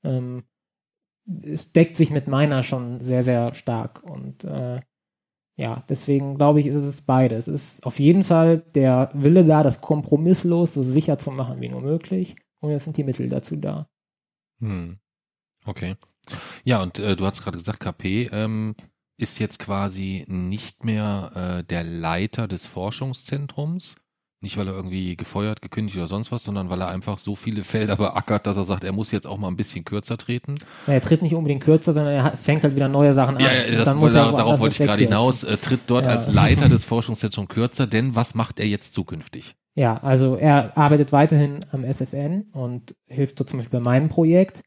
Es deckt sich mit meiner schon sehr, sehr stark und deswegen glaube ich, ist es beides. Es ist auf jeden Fall der Wille da, das kompromisslos so sicher zu machen wie nur möglich, und jetzt sind die Mittel dazu da. Okay. Ja, und du hast gerade gesagt, KP ist jetzt quasi nicht mehr der Leiter des Forschungszentrums. Nicht, weil er irgendwie gefeuert, gekündigt oder sonst was, sondern weil er einfach so viele Felder beackert, dass er sagt, er muss jetzt auch mal ein bisschen kürzer treten. Ja, er tritt nicht unbedingt kürzer, sondern er fängt halt wieder neue Sachen an. Ja, darauf wollte ich gerade hinaus. Tritt dort als Leiter des Forschungszentrums kürzer, denn was macht er jetzt zukünftig? Ja, also er arbeitet weiterhin am SFN und hilft dort zum Beispiel bei meinem Projekt.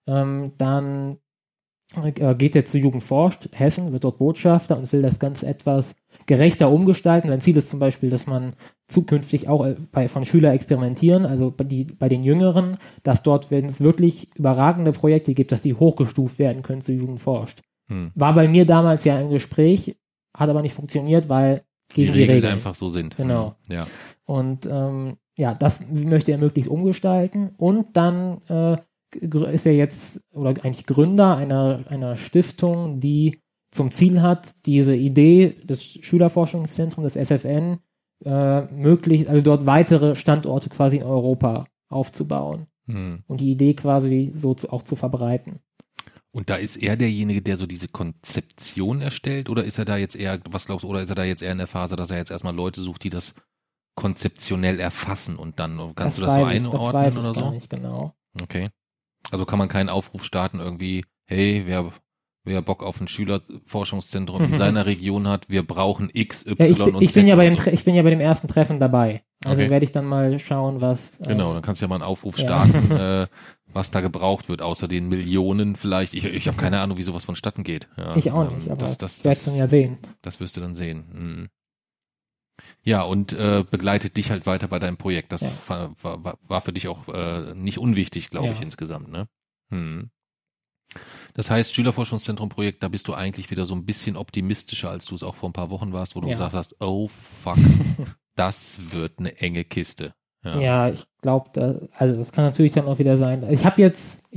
Dann geht er zu Jugend forscht Hessen, wird dort Botschafter und will das Ganze etwas gerechter umgestalten. Sein Ziel ist zum Beispiel, dass man zukünftig auch von Schülern experimentieren, also bei den Jüngeren, dass dort, wenn es wirklich überragende Projekte gibt, dass die hochgestuft werden können zu Jugend forscht. War bei mir damals ja im Gespräch, hat aber nicht funktioniert, weil gegen die Regeln einfach so sind. Genau. Ja. Und das möchte er möglichst umgestalten. Und dann ist er jetzt, oder eigentlich Gründer einer Stiftung, die zum Ziel hat, diese Idee des Schülerforschungszentrums, des SFN, also dort weitere Standorte quasi in Europa aufzubauen. Und die Idee quasi so auch zu verbreiten. Und da ist er derjenige, der so diese Konzeption erstellt, oder ist er da jetzt eher, was glaubst du, oder ist er da jetzt eher in der Phase, dass er jetzt erstmal Leute sucht, die das konzeptionell erfassen und dann kannst du das so einordnen das weiß ich oder so? Gar nicht genau. Okay. Also kann man keinen Aufruf starten irgendwie, hey, wer Bock auf ein Schülerforschungszentrum in seiner Region hat, wir brauchen X, Y und Z. Ich bin ja bei dem ersten Treffen dabei. Also werde ich dann mal schauen, was... Genau, dann kannst du ja mal einen Aufruf starten, was da gebraucht wird, außer den Millionen vielleicht. Ich habe keine Ahnung, wie sowas vonstatten geht. Ja, ich auch nicht, aber ich werde es dann ja sehen. Das wirst du dann sehen. Ja, und begleitet dich halt weiter bei deinem Projekt. Das war für dich auch nicht unwichtig, glaube ich, insgesamt, ne? Das heißt, Schülerforschungszentrum-Projekt, da bist du eigentlich wieder so ein bisschen optimistischer, als du es auch vor ein paar Wochen warst, wo du gesagt hast, oh fuck, das wird eine enge Kiste. Ja, ich glaube, also das kann natürlich dann auch wieder sein. Ich habe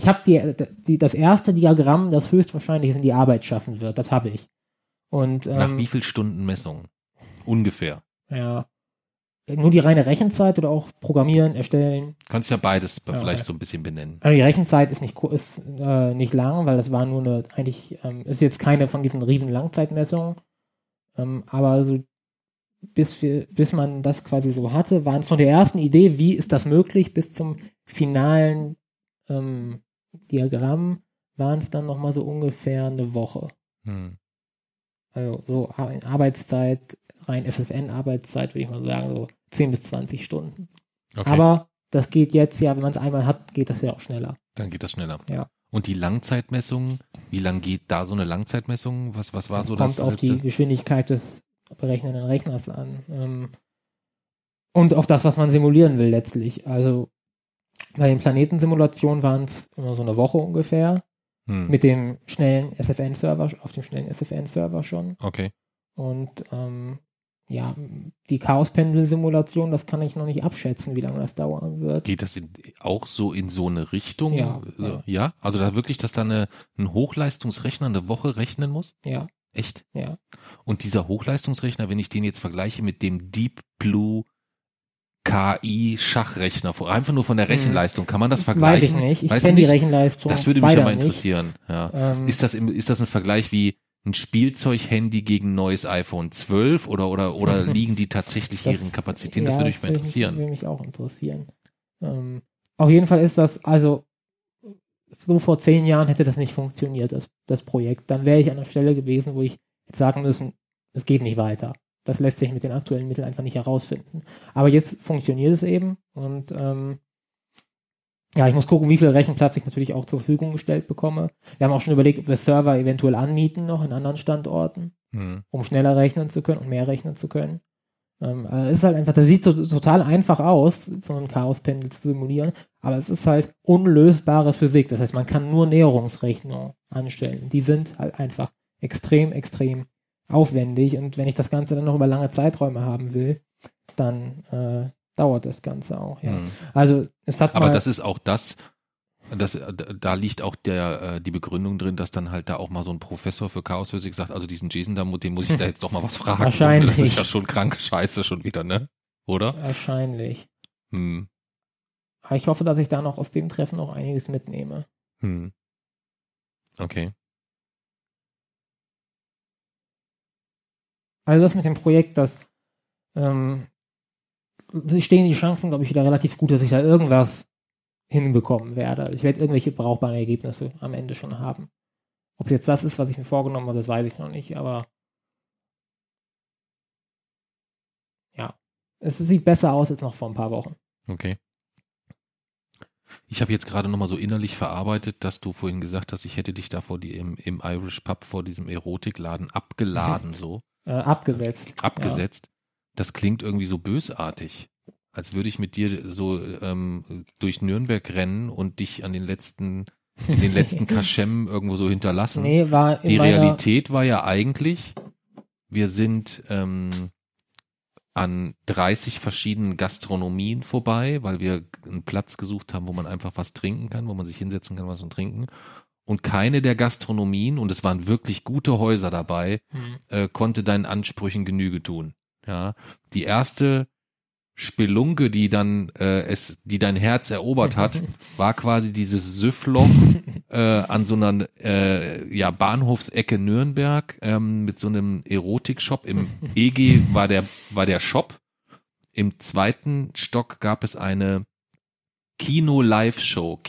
das erste Diagramm, das höchstwahrscheinlich in die Arbeit schaffen wird. Das habe ich. Und nach wie viel Stunden Messungen? Ungefähr. Ja. Nur die reine Rechenzeit oder auch Programmieren, Erstellen? Kannst ja beides vielleicht so ein bisschen benennen. Also die Rechenzeit ist nicht lang, weil das war nur ist jetzt keine von diesen riesen Langzeitmessungen. Aber so bis man das quasi so hatte, waren es von der ersten Idee, wie ist das möglich, bis zum finalen Diagramm waren es dann nochmal so ungefähr eine Woche. Also so Arbeitszeit, rein SFN-Arbeitszeit, würde ich mal sagen, so 10 bis 20 Stunden. Okay. Aber das geht jetzt ja, wenn man es einmal hat, geht das ja auch schneller. Dann geht das schneller. Ja. Und die Langzeitmessung, wie lang geht da so eine Langzeitmessung? Was war so das? Kommt auf die Geschwindigkeit des berechnenden Rechners an. Und auf das, was man simulieren will letztlich. Also bei den Planetensimulationen waren es immer so eine Woche ungefähr. Mit dem schnellen SFN-Server, auf dem schnellen SFN-Server schon. Okay. Und die Chaospendel-Simulation, das kann ich noch nicht abschätzen, wie lange das dauern wird. Geht das auch so in so eine Richtung? Ja. Also da wirklich, dass da ein Hochleistungsrechner eine Woche rechnen muss? Ja. Echt? Ja. Und dieser Hochleistungsrechner, wenn ich den jetzt vergleiche mit dem Deep Blue KI-Schachrechner, einfach nur von der Rechenleistung, kann man das vergleichen? Weiß ich nicht. Ich kenne die Rechenleistung. Das würde mich aber interessieren. Ja. Ist das ein Vergleich wie ein Spielzeughandy gegen ein neues iPhone 12 oder liegen die tatsächlich hier in Kapazitäten? Das würde mich mal interessieren. Das würde mich auch interessieren. Auf jeden Fall ist das, also so vor 10 Jahren hätte das nicht funktioniert, das Projekt. Dann wäre ich an der Stelle gewesen, wo ich hätte sagen müssen, es geht nicht weiter. Das lässt sich mit den aktuellen Mitteln einfach nicht herausfinden. Aber jetzt funktioniert es eben und ich muss gucken, wie viel Rechenplatz ich natürlich auch zur Verfügung gestellt bekomme. Wir haben auch schon überlegt, ob wir Server eventuell anmieten noch in anderen Standorten, um schneller rechnen zu können und mehr rechnen zu können. Es ist halt einfach, das sieht so total einfach aus, so ein Chaospendel zu simulieren, aber es ist halt unlösbare Physik. Das heißt, man kann nur Näherungsrechnungen anstellen. Die sind halt einfach extrem, extrem aufwendig und wenn ich das Ganze dann noch über lange Zeiträume haben will, dann dauert das Ganze auch, ja. Also es hat aber das ist auch da liegt auch die Begründung drin, dass dann halt da auch mal so ein Professor für Chaosphysik sagt, also diesen Jason da, dem muss ich da jetzt doch mal was fragen. Wahrscheinlich. Das ist ja schon kranke Scheiße schon wieder, ne? Oder? Wahrscheinlich. Aber ich hoffe, dass ich da noch aus dem Treffen noch einiges mitnehme. Okay. Also das mit dem Projekt, stehen die Chancen, glaube ich, wieder relativ gut, dass ich da irgendwas hinbekommen werde. Ich werde irgendwelche brauchbaren Ergebnisse am Ende schon haben. Ob es jetzt das ist, was ich mir vorgenommen habe, das weiß ich noch nicht, aber ja, es sieht besser aus als noch vor ein paar Wochen. Okay. Ich habe jetzt gerade nochmal so innerlich verarbeitet, dass du vorhin gesagt hast, ich hätte dich da im Irish Pub vor diesem Erotikladen abgeladen, so. Abgesetzt. Abgesetzt. Ja. Das klingt irgendwie so bösartig. Als würde ich mit dir so durch Nürnberg rennen und dich in den letzten Kaschem irgendwo so hinterlassen. Nee, die Realität war ja eigentlich, wir sind an 30 verschiedenen Gastronomien vorbei, weil wir einen Platz gesucht haben, wo man einfach was trinken kann, wo man sich hinsetzen kann, was und trinken. Und keine der Gastronomien, und es waren wirklich gute Häuser dabei, konnte deinen Ansprüchen Genüge tun. Ja, die erste Spelunke, die dein Herz erobert hat, war quasi dieses Süffloch an so einer Bahnhofsecke Nürnberg mit so einem Erotikshop. Im EG war der Shop. Im 2. Stock gab es eine Kino-Live-Show.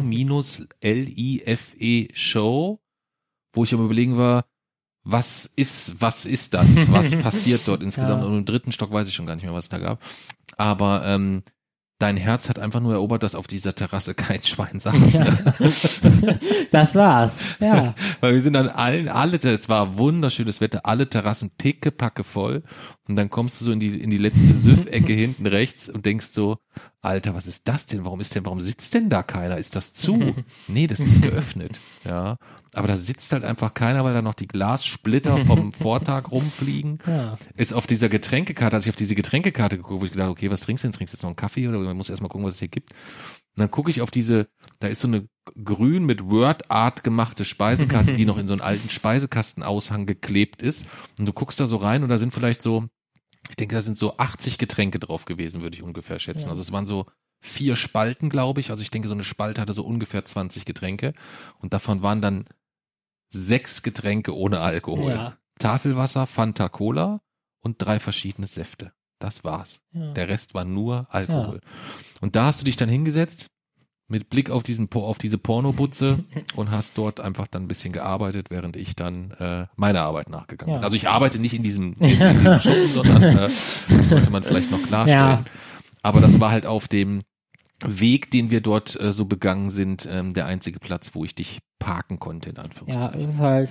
Kino-LIFE Show, wo ich am Überlegen war, was ist das? Was passiert dort insgesamt? Und im 3. Stock weiß ich schon gar nicht mehr, was es da gab. Aber dein Herz hat einfach nur erobert, dass auf dieser Terrasse kein Schwein saß. Ja. Das war's, ja. Weil wir sind dann es war wunderschönes Wetter, alle Terrassen pickepacke voll. Und dann kommst du so in die letzte Süff-Ecke hinten rechts und denkst so, Alter, was ist das denn? Warum sitzt denn da keiner? Ist das zu? Nee, das ist geöffnet. Ja. Aber da sitzt halt einfach keiner, weil da noch die Glassplitter vom Vortag rumfliegen. Ja. Ist auf dieser Getränkekarte, als ich auf diese Getränkekarte geguckt, wo ich gedacht, okay, was trinkst du denn? Trinkst du jetzt noch einen Kaffee oder man muss erstmal gucken, was es hier gibt. Und dann gucke ich auf da ist so eine grün mit Word-Art gemachte Speisekarte, die noch in so einen alten Speisekastenaushang geklebt ist. Und du guckst da so rein und da sind vielleicht so, ich denke, da sind so 80 Getränke drauf gewesen, würde ich ungefähr schätzen. Ja. Also es waren so 4 Spalten, glaube ich. Also ich denke, so eine Spalte hatte so ungefähr 20 Getränke. Und davon waren dann 6 Getränke ohne Alkohol. Ja. Tafelwasser, Fanta Cola und 3 verschiedene Säfte. Das war's. Ja. Der Rest war nur Alkohol. Und da hast du dich dann hingesetzt mit Blick auf diese Pornobutze und hast dort einfach dann ein bisschen gearbeitet, während ich dann meiner Arbeit nachgegangen bin. Also ich arbeite nicht in diesem Schuppen, sondern das sollte man vielleicht noch klarstellen. Aber das war halt auf dem Weg, den wir dort so begangen sind, der einzige Platz, wo ich dich parken konnte, in Anführungszeichen. Ja,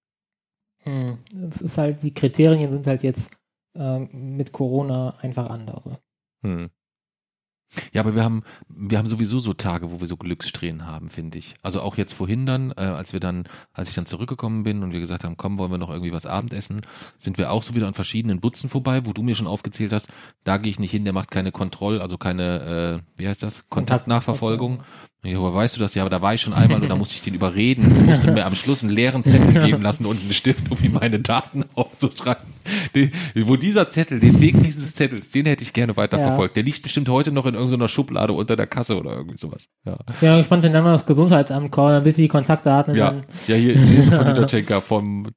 es ist halt, die Kriterien sind halt jetzt mit Corona einfach andere. Ja, aber wir haben sowieso so Tage, wo wir so Glückssträhnen haben, finde ich. Also auch jetzt vorhin dann, als ich dann zurückgekommen bin und wir gesagt haben, komm, wollen wir noch irgendwie was Abendessen, sind wir auch so wieder an verschiedenen Butzen vorbei, wo du mir schon aufgezählt hast, da gehe ich nicht hin, der macht keine wie heißt das? Kontaktnachverfolgung. Ja, woher weißt du das? Ja, aber da war ich schon einmal und da musste ich den überreden und musste mir am Schluss einen leeren Zettel geben lassen und einen Stift, um ihm meine Daten aufzuschreiben. Wo dieser Zettel, den Weg dieses Zettels, den hätte ich gerne weiterverfolgt. Der liegt bestimmt heute noch in irgendeiner Schublade unter der Kasse oder irgendwie sowas. Ja, ja, gespannt, wenn dann mal das Gesundheitsamt kommt, dann bitte die Kontaktdaten. Ja, hier ist von Niederchenka vom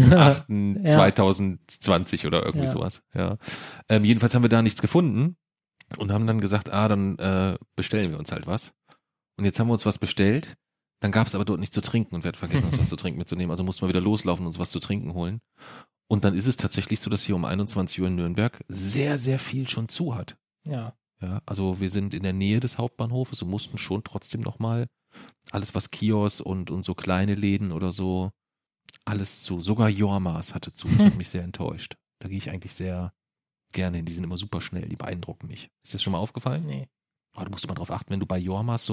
3.8.2020 oder irgendwie sowas. Ja. Jedenfalls haben wir da nichts gefunden und haben dann gesagt, dann bestellen wir uns halt was. Und jetzt haben wir uns was bestellt, dann gab es aber dort nichts zu trinken und wir hatten vergessen, uns was zu trinken mitzunehmen. Also mussten wir wieder loslaufen und uns was zu trinken holen. Und dann ist es tatsächlich so, dass hier um 21 Uhr in Nürnberg sehr, sehr viel schon zu hat. Ja. Ja, also wir sind in der Nähe des Hauptbahnhofes und mussten schon trotzdem nochmal alles, was Kiosk und so kleine Läden oder so, alles zu. Sogar Jormas hatte zu. Das hat mich sehr enttäuscht. Da gehe ich eigentlich sehr gerne hin. Die sind immer super schnell, die beeindrucken mich. Ist dir das schon mal aufgefallen? Nee. Oh, du musst mal drauf achten, wenn du bei Jormas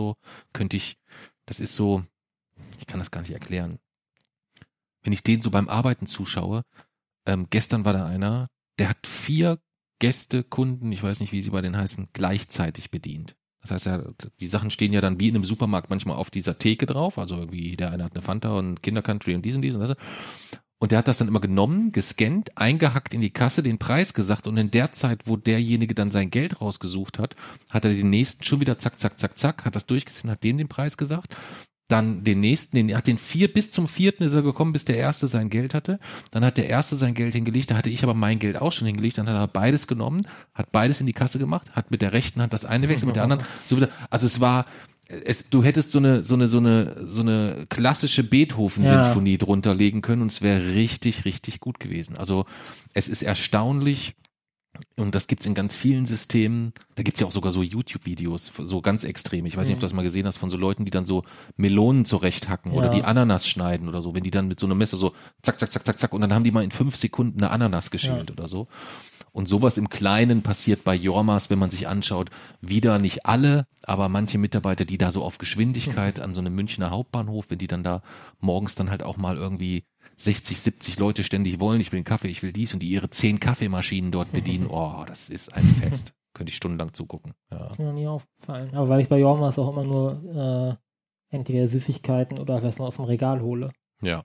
das ist so, ich kann das gar nicht erklären. Wenn ich denen so beim Arbeiten zuschaue, gestern war da einer, der hat 4 Gästekunden, ich weiß nicht, wie sie bei denen heißen, gleichzeitig bedient. Das heißt ja, die Sachen stehen ja dann wie in einem Supermarkt manchmal auf dieser Theke drauf, also irgendwie der eine hat eine Fanta und Kindercountry und dies und das. Und der hat das dann immer genommen, gescannt, eingehackt in die Kasse, den Preis gesagt und in der Zeit, wo derjenige dann sein Geld rausgesucht hat, hat er den nächsten schon wieder zack, zack, zack, zack, hat das durchgescannt, hat dem den Preis gesagt, dann den nächsten, hat bis zum 4. ist er gekommen, bis der Erste sein Geld hatte, dann hat der Erste sein Geld hingelegt, da hatte ich aber mein Geld auch schon hingelegt, dann hat er beides genommen, hat beides in die Kasse gemacht, hat mit der rechten Hand das eine wechselt, mit der anderen, so wieder, also es war, du hättest so eine klassische Beethoven-Sinfonie drunter legen können und es wäre richtig, richtig gut gewesen. Also es ist erstaunlich und das gibt's in ganz vielen Systemen. Da gibt's ja auch sogar so YouTube-Videos, so ganz extrem. Ich weiß nicht, ob du das mal gesehen hast von so Leuten, die dann so Melonen zurechthacken oder die Ananas schneiden oder so. Wenn die dann mit so einer Messer so zack, zack, zack, zack, zack und dann haben die mal in 5 Sekunden eine Ananas geschält oder so. Und sowas im Kleinen passiert bei Jormas, wenn man sich anschaut, wieder nicht alle, aber manche Mitarbeiter, die da so auf Geschwindigkeit an so einem Münchner Hauptbahnhof, wenn die dann da morgens dann halt auch mal irgendwie 60, 70 Leute ständig wollen, ich will einen Kaffee, ich will dies und die ihre 10 Kaffeemaschinen dort bedienen, oh, das ist ein Fest. Könnte ich stundenlang zugucken. Ja. Ist mir noch nie aufgefallen. Aber weil ich bei Jormas auch immer nur entweder Süßigkeiten oder was noch aus dem Regal hole. Ja.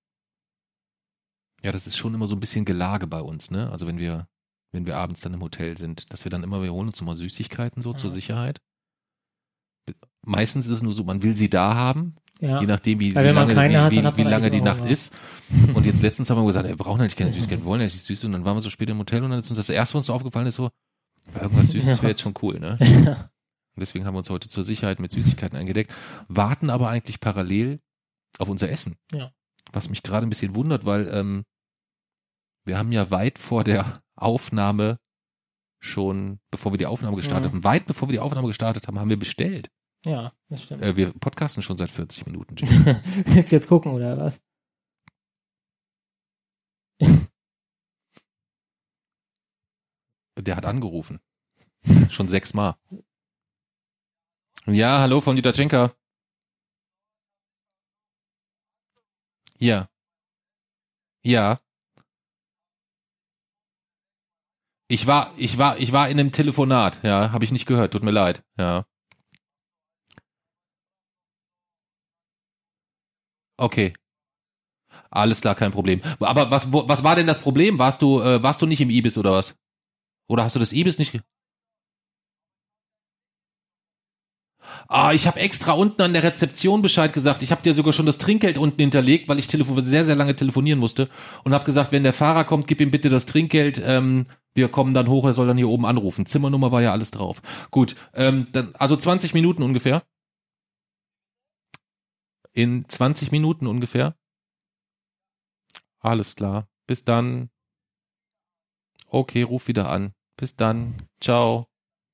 Ja, das ist schon immer so ein bisschen Gelage bei uns, ne? Also wenn wir abends dann im Hotel sind, dass wir dann immer, wir holen uns mal Süßigkeiten so zur Sicherheit. Meistens ist es nur so, man will sie da haben, je nachdem, wie lange die Nacht ist. Und jetzt letztens haben wir gesagt, wir brauchen eigentlich keine Süßigkeiten, wir wollen eigentlich süß. Und dann waren wir so spät im Hotel und dann ist uns das erste, was uns so aufgefallen ist, so, irgendwas Süßes wäre jetzt schon cool, ne? Und deswegen haben wir uns heute zur Sicherheit mit Süßigkeiten eingedeckt, warten aber eigentlich parallel auf unser Essen. Ja. Was mich gerade ein bisschen wundert, weil wir haben ja weit vor der Aufnahme schon, bevor wir die Aufnahme gestartet haben, weit bevor wir die Aufnahme gestartet haben, haben wir bestellt. Ja, das stimmt. Wir podcasten schon seit 40 Minuten. Jetzt gucken, oder was? Der hat angerufen. Schon 6 Mal. Ja, hallo von Dieter Schenker. Ja, ja. Ich war in einem Telefonat. Ja, habe ich nicht gehört. Tut mir leid. Ja, okay. Alles klar, kein Problem. Aber was war denn das Problem? Warst du nicht im Ibis oder was? Oder hast du das Ibis nicht? Ich habe extra unten an der Rezeption Bescheid gesagt. Ich habe dir sogar schon das Trinkgeld unten hinterlegt, weil ich sehr, sehr lange telefonieren musste und habe gesagt, wenn der Fahrer kommt, gib ihm bitte das Trinkgeld. Wir kommen dann hoch, er soll dann hier oben anrufen. Zimmernummer war ja alles drauf. Gut, dann, also 20 Minuten ungefähr. In 20 Minuten ungefähr. Alles klar. Bis dann. Okay, ruf wieder an. Bis dann. Ciao.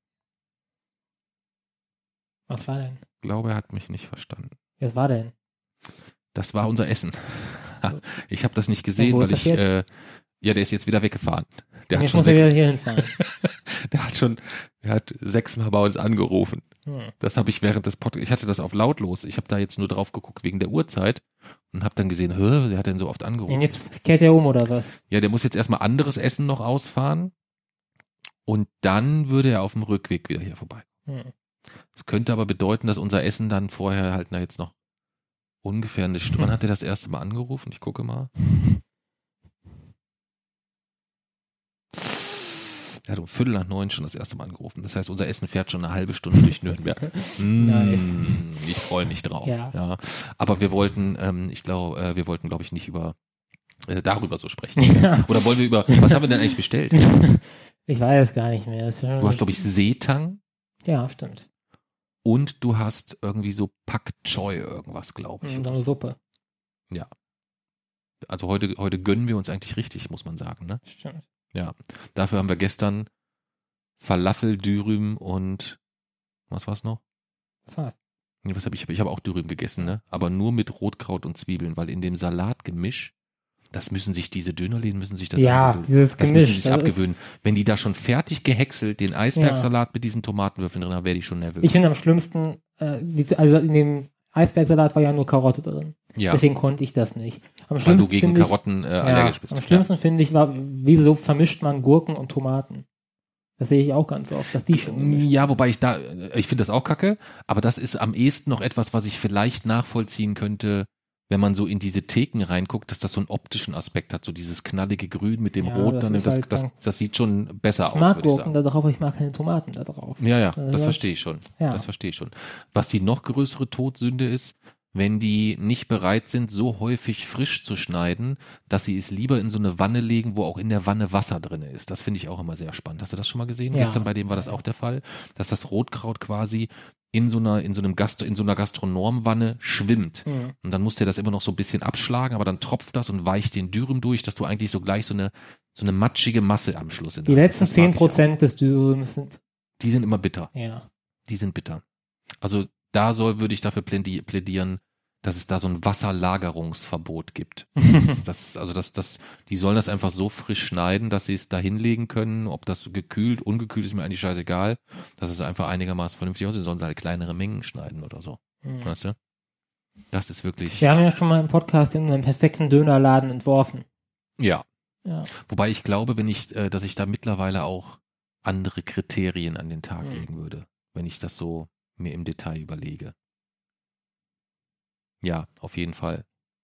Was war denn? Ich glaube, er hat mich nicht verstanden. Was war denn? Das war unser Essen. Ich habe das nicht Und gesehen, wo weil ist das jetzt? ja, der ist jetzt wieder weggefahren. Der Und hat jetzt schon muss er wieder hier hinfahren. der hat 6-mal bei uns angerufen. Hm. Das habe ich während des Podcasts, ich hatte das auf lautlos. Ich habe da jetzt nur drauf geguckt wegen der Uhrzeit und habe dann gesehen, der hat denn so oft Und angerufen. jetzt kehrt er um, oder was? Ja, der muss jetzt erstmal anderes Essen noch ausfahren und dann würde er auf dem Rückweg wieder hier vorbei. Hm. Das könnte aber bedeuten, dass unser Essen dann vorher halt jetzt noch ungefähr eine Stunde. Wann hat er das erste Mal angerufen? Ich gucke mal. Er hat um 8:45 schon das erste Mal angerufen. Das heißt, unser Essen fährt schon eine halbe Stunde durch Nürnberg. Nice. Ich freue mich drauf. Ja. Ja. Aber wir wollten, glaube ich, nicht darüber so sprechen. Ja. Oder wollen wir was haben wir denn eigentlich bestellt? Ich weiß gar nicht mehr. Du hast, glaube ich, Seetang Ja, stimmt. und du hast irgendwie so Pak Choi irgendwas, glaube ich. So eine Suppe. Ja. Also heute gönnen wir uns eigentlich richtig, muss man sagen, ne? Stimmt. Ja. Dafür haben wir gestern Falafel, Dürüm und was war's noch? Das war's. Nee, was habe ich habe auch Dürüm gegessen, ne? Aber nur mit Rotkraut und Zwiebeln, weil in dem Salatgemisch, diese Dönerläden müssen sich das Ja, abgewöhnen. dieses Das müssen Gemisch. sie sich das ist- abgewöhnen. Wenn die da schon fertig gehäckselt den Eisbergsalat mit diesen Tomatenwürfeln drin haben, werde ich schon nervös. Ich finde am schlimmsten, also in dem Eisbergsalat war ja nur Karotte drin. Ja, Deswegen konnte ich das nicht. Am weil du schlimmsten gegen finde ich, Karotten allergisch bist. am schlimmsten finde ich war, wieso vermischt man Gurken und Tomaten? Das sehe ich auch ganz oft, dass die schon gemischt Ja, wobei ich finde das auch kacke, aber das ist am ehesten noch etwas, was ich vielleicht nachvollziehen könnte, wenn man so in diese Theken reinguckt, dass das so einen optischen Aspekt hat, so dieses knallige Grün mit dem Ja, Rot, das dann ist halt dann- das sieht schon besser Ich aus, mag würde ich Gurken sagen. da drauf, aber ich mag keine Tomaten da drauf. Ja, Das das ist- verstehe ich schon. Ja. Das verstehe ich schon. Was die noch größere Todsünde ist, wenn die nicht bereit sind, so häufig frisch zu schneiden, dass sie es lieber in so eine Wanne legen, wo auch in der Wanne Wasser drin ist. Das finde ich auch immer sehr spannend. Hast du das schon mal gesehen? Ja. Gestern bei dem war das auch der Fall, dass das Rotkraut quasi in so einer Gastronomwanne schwimmt. Mhm. Und dann muss der das immer noch so ein bisschen abschlagen, aber dann tropft das und weicht den Dürüm durch, dass du eigentlich so gleich so eine matschige Masse am Schluss in Die der letzten hast. Das mag ich auch. 10% des Dürüms sind, Die sind immer bitter. ja. Die sind bitter. Also würde ich dafür plädieren, dass es da so ein Wasserlagerungsverbot gibt. Die sollen das einfach so frisch schneiden, dass sie es da hinlegen können. Ob das gekühlt, ungekühlt ist mir eigentlich scheißegal. Dass es einfach einigermaßen vernünftig aussieht. Sollen sie halt kleinere Mengen schneiden oder so. Mhm. Weißt du? Das ist wirklich, Wir haben ja schon mal im Podcast einen perfekten Dönerladen entworfen. ja. Ja. Wobei ich glaube, dass ich da mittlerweile auch andere Kriterien an den Tag Mhm. legen würde, wenn ich das so mir im Detail überlege. Ja, auf jeden Fall.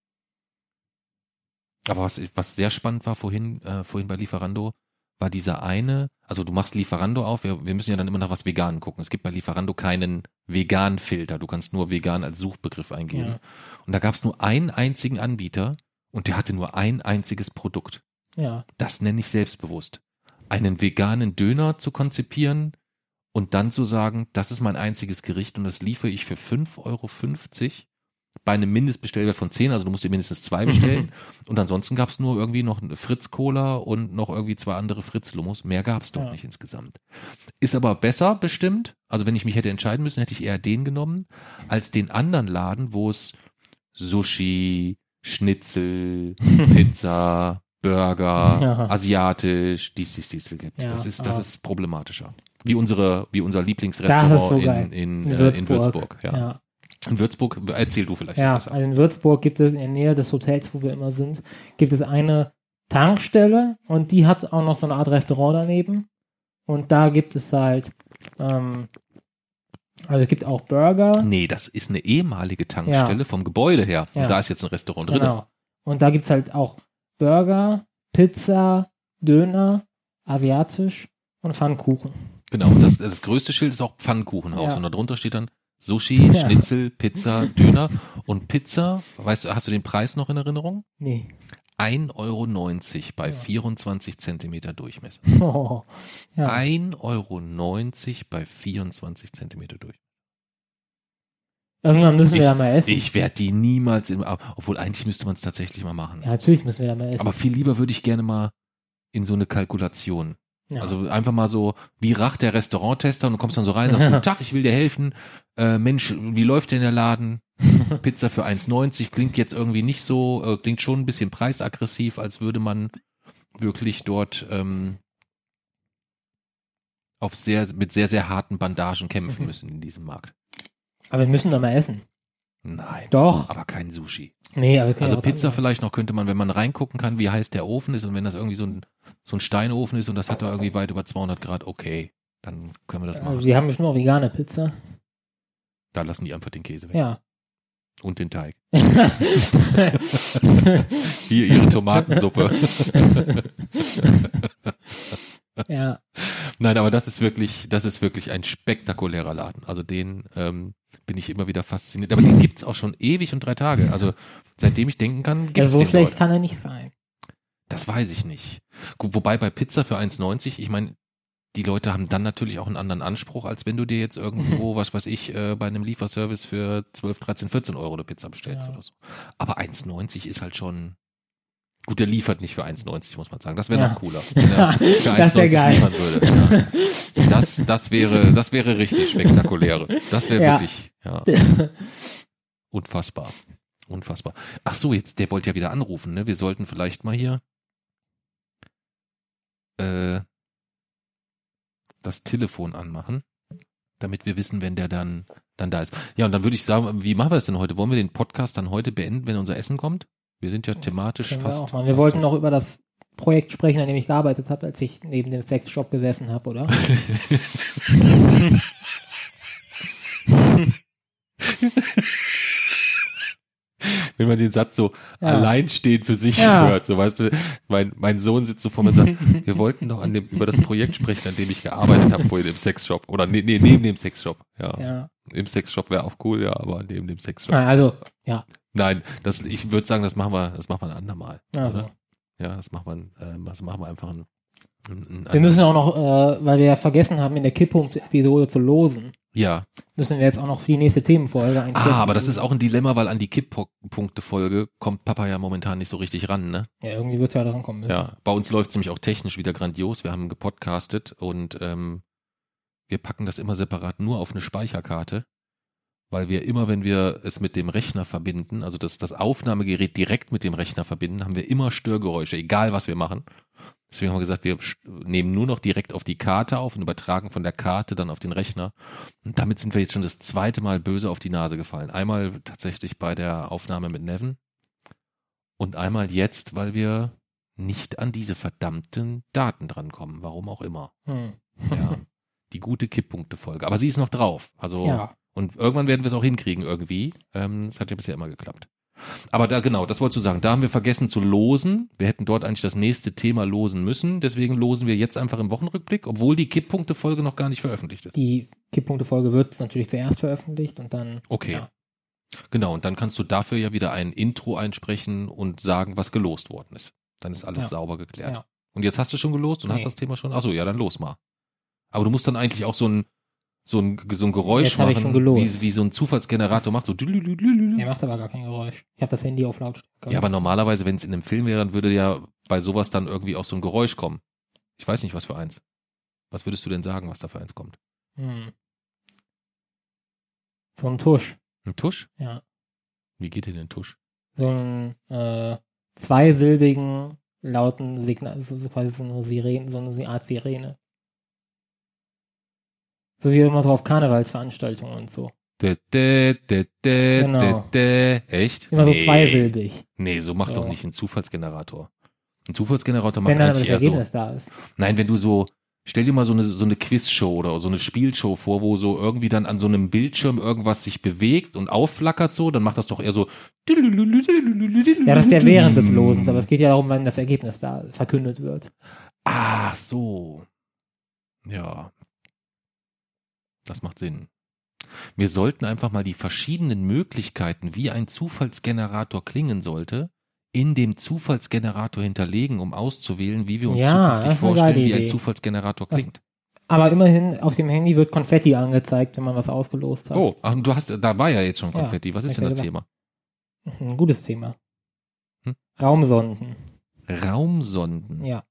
Aber was sehr spannend war vorhin bei Lieferando, war dieser eine, also du machst Lieferando auf, wir müssen ja dann immer nach was Veganen gucken. Es gibt bei Lieferando keinen Vegan-Filter, du kannst nur vegan als Suchbegriff eingeben. Ja. Und da gab es nur einen einzigen Anbieter und der hatte nur ein einziges Produkt. Ja. Das nenne ich selbstbewusst. Einen veganen Döner zu konzipieren und dann zu sagen, das ist mein einziges Gericht und das liefere ich für 5,50 € bei einem Mindestbestellwert von 10, also du musst dir mindestens 2 bestellen. Und ansonsten gab es nur irgendwie noch eine Fritz-Cola und noch irgendwie 2 andere Fritz-Lumos. Mehr gab es doch nicht insgesamt. Ist aber besser bestimmt, also wenn ich mich hätte entscheiden müssen, hätte ich eher den genommen, als den anderen Laden, wo es Sushi, Schnitzel, Pizza, Burger, Ja. asiatisch, dies gibt. Ja, Das ist problematischer. Wie unser Das ist so Lieblingsrestaurant geil. in In Würzburg. Ja. Ja. In Würzburg, erzähl du vielleicht Ja, besser. also in Würzburg gibt es in der Nähe des Hotels, wo wir immer sind, gibt es eine Tankstelle und die hat auch noch so eine Art Restaurant daneben. Und da gibt es halt, also es gibt auch Burger. Nee, das ist eine ehemalige Tankstelle vom Gebäude her. Ja. Und da ist jetzt ein Restaurant drin. Genau. Und da gibt es halt auch Burger, Pizza, Döner, asiatisch und Pfannkuchen. Genau, und das größte Schild ist auch Pfannkuchenhaus. Ja. Und darunter steht dann Sushi, Ja. Schnitzel, Pizza, Döner. Und Pizza, weißt du, hast du den Preis noch in Erinnerung? Nee. 1,90 € bei Ja. 24 Zentimeter Durchmesser. Oh, ja. 1,90 € bei 24 Zentimeter Durchmesser. Irgendwann müssen wir da mal essen. Ich werde die niemals, obwohl eigentlich müsste man es tatsächlich mal machen. Ja, natürlich müssen wir da mal essen. Aber viel lieber würde ich gerne mal in so eine Kalkulation. Ja. Also einfach mal so, wie racht der Restauranttester und du kommst dann so rein und sagst, guten Tag, ich will dir helfen. Mensch, wie läuft denn der Laden? Pizza für 1,90 klingt jetzt irgendwie nicht so, klingt schon ein bisschen preisaggressiv, als würde man wirklich dort mit sehr, sehr harten Bandagen kämpfen müssen in diesem Markt. Aber wir müssen da mal essen. Nein. Doch. Aber kein Sushi. Nee, aber wir können Also ja was Pizza anderes. vielleicht noch könnte man, wenn man reingucken kann, wie heiß der Ofen ist und wenn das irgendwie so ein Steinofen ist und das hat da irgendwie weit über 200 Grad, okay, dann können wir das machen. Also die haben bestimmt auch vegane Pizza. Da lassen die einfach den Käse weg. Ja. Und den Teig. Hier ihre Tomatensuppe. Ja. Nein, aber das ist wirklich ein spektakulärer Laden. Also den bin ich immer wieder fasziniert. Aber den gibt's auch schon ewig und 3 Tage. Also seitdem ich denken kann, gibt's Also so den schlecht dort. kann er nicht sein. Das weiß ich nicht. Wobei bei Pizza für 1,90, ich meine, die Leute haben dann natürlich auch einen anderen Anspruch, als wenn du dir jetzt irgendwo, was weiß ich, bei einem Lieferservice für 12, 13, 14 € eine Pizza bestellst Ja. oder so. Aber 1,90 ist halt schon, gut, der liefert nicht für 1,90, muss man sagen. Das wäre Ja. noch cooler. Wenn er für Das wär 1,90 geil. liefern würde. Ja. Das wäre richtig spektakulär. Das wäre Ja. wirklich, ja, unfassbar. Unfassbar. Ach so, jetzt, der wollte ja wieder anrufen, ne? Wir sollten vielleicht mal hier das Telefon anmachen, damit wir wissen, wenn der dann da ist. Ja, und dann würde ich sagen, wie machen wir es denn heute? Wollen wir den Podcast dann heute beenden, wenn unser Essen kommt? Wir sind ja thematisch Können wir fast. auch machen. Wir fast wollten durch. noch über das Projekt sprechen, an dem ich gearbeitet habe, als ich neben dem Sexshop gesessen habe, oder? Wenn man den Satz so Ja. alleinstehend für sich Ja. hört, so weißt du, mein Sohn sitzt so vor mir und sagt, wir wollten doch über das Projekt sprechen, an dem ich gearbeitet habe vorhin im Sexshop. Oder neben dem Sexshop. Ja. Ja. Im Sexshop wäre auch cool, ja, aber neben dem Sexshop. Also, ja. Nein, ich würde sagen, das machen wir ein andermal. Also. Oder? Ja, das machen wir einfach ein Wir müssen auch noch, weil wir ja vergessen haben, in der Kipppunkt-Episode zu losen, ja. müssen wir jetzt auch noch für die nächste Themenfolge einen kurzen- Aber das ist auch ein Dilemma, weil an die Kipppunkte-Folge kommt Papa ja momentan nicht so richtig ran, ne? Ja, irgendwie wird ja daran kommen müssen. Ja, bei uns läuft es nämlich auch technisch wieder grandios. Wir haben gepodcastet und wir packen das immer separat nur auf eine Speicherkarte, weil wir immer, wenn wir es mit dem Rechner verbinden, also das Aufnahmegerät direkt mit dem Rechner verbinden, haben wir immer Störgeräusche, egal was wir machen. Deswegen haben wir gesagt, wir nehmen nur noch direkt auf die Karte auf und übertragen von der Karte dann auf den Rechner. Und damit sind wir jetzt schon das 2. Mal böse auf die Nase gefallen. Einmal tatsächlich bei der Aufnahme mit Nevin und einmal jetzt, weil wir nicht an diese verdammten Daten drankommen, warum auch immer. Ja, die gute Kipppunkte-Folge. Aber sie ist noch drauf. Also, Ja. und irgendwann werden wir es auch hinkriegen irgendwie. Das hat ja bisher immer geklappt. Aber das wolltest du sagen, da haben wir vergessen zu losen. Wir hätten dort eigentlich das nächste Thema losen müssen. Deswegen losen wir jetzt einfach im Wochenrückblick, obwohl die Kipppunkte-Folge noch gar nicht veröffentlicht ist. Die Kipppunkte-Folge wird natürlich zuerst veröffentlicht und dann. Okay. Ja. Genau, und dann kannst du dafür ja wieder ein Intro einsprechen und sagen, was gelost worden ist. Dann ist alles Ja. sauber geklärt. Ja. Und jetzt hast du schon gelost und Nee. hast das Thema schon? Achso, ja, dann los mal. Aber du musst dann eigentlich auch so ein Geräusch Jetzt hab ich schon machen, gelost. wie so ein Zufallsgenerator macht, so Der macht aber gar kein Geräusch. Ich habe das Handy auf Lautstärke. Ja, aber normalerweise, wenn es in einem Film wäre, dann würde ja bei sowas dann irgendwie auch so ein Geräusch kommen. Ich weiß nicht, was für eins. Was würdest du denn sagen, was da für eins kommt? So ein Tusch. Ein Tusch? Ja. Wie geht denn ein Tusch? So ein zweisilbigen, lauten Signal, so quasi so eine Sirene, so eine Art Sirene. So wie immer so auf Karnevalsveranstaltungen und so. Genau. Echt? Immer so zweisilbig. Nee, so macht doch nicht ein Zufallsgenerator. Ein Zufallsgenerator Wenn macht dann aber eigentlich das eher Ergebnis so. da ist. Nein, wenn du so, stell dir mal so eine Quizshow oder so eine Spielshow vor, wo so irgendwie dann an so einem Bildschirm irgendwas sich bewegt und aufflackert so, dann macht das doch eher so. Ja, das ist ja während des Losens, aber es geht ja darum, wenn das Ergebnis da verkündet wird. Ah, so. Ja. Das macht Sinn. Wir sollten einfach mal die verschiedenen Möglichkeiten, wie ein Zufallsgenerator klingen sollte, in dem Zufallsgenerator hinterlegen, um auszuwählen, wie wir uns zukünftig vorstellen, wie ein Zufallsgenerator klingt. Aber immerhin, auf dem Handy wird Konfetti angezeigt, wenn man was ausgelost hat. Oh, ach, da war ja jetzt schon Konfetti. Was ist denn das Thema? Ein gutes Thema. Raumsonden. Raumsonden? Ja.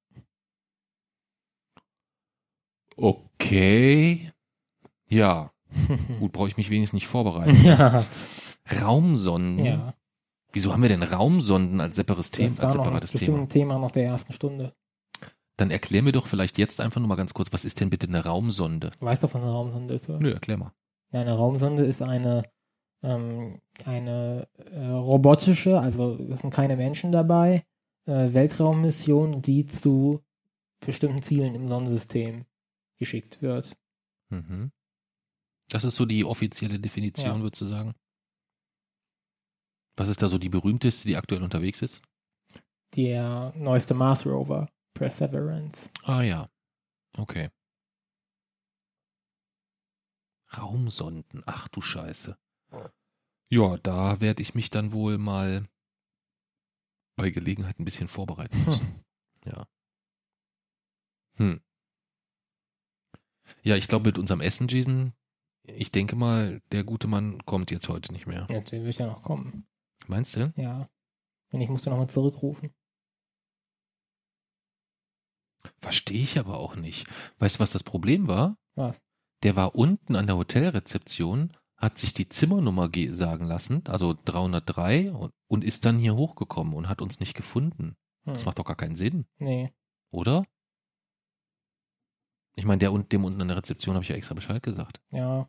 Okay. Ja. Gut, brauche ich mich wenigstens nicht vorbereiten. Ja. Raumsonden? Ja. Wieso haben wir denn Raumsonden als separates Thema? Das war noch bestimmt ein Thema noch der ersten Stunde. Dann erklär mir doch vielleicht jetzt einfach nur mal ganz kurz, was ist denn bitte eine Raumsonde? Du weißt doch, was eine Raumsonde ist, oder? Nö, erklär mal. Ja, eine Raumsonde ist eine robotische, also es sind keine Menschen dabei, Weltraummission, die zu bestimmten Zielen im Sonnensystem geschickt wird. Mhm. Das ist so die offizielle Definition, würdest du sagen? Was ist da so die berühmteste, die aktuell unterwegs ist? Der neueste Mars Rover, Perseverance. Ah ja, okay. Raumsonden, ach du Scheiße. Ja, da werde ich mich dann wohl mal bei Gelegenheit ein bisschen vorbereiten müssen. Ja. Ja, ich glaube mit unserem Essen, Jason, ich denke mal, der gute Mann kommt jetzt heute nicht mehr. Ja, der wird ja noch kommen. Meinst du? Ja. Wenn nicht, musst du nochmal zurückrufen. Verstehe ich aber auch nicht. Weißt du, was das Problem war? Was? Der war unten an der Hotelrezeption, hat sich die Zimmernummer sagen lassen, also 303, und ist dann hier hochgekommen und hat uns nicht gefunden. Das macht doch gar keinen Sinn. Nee. Oder? Ich meine, dem unten an der Rezeption habe ich ja extra Bescheid gesagt. Ja.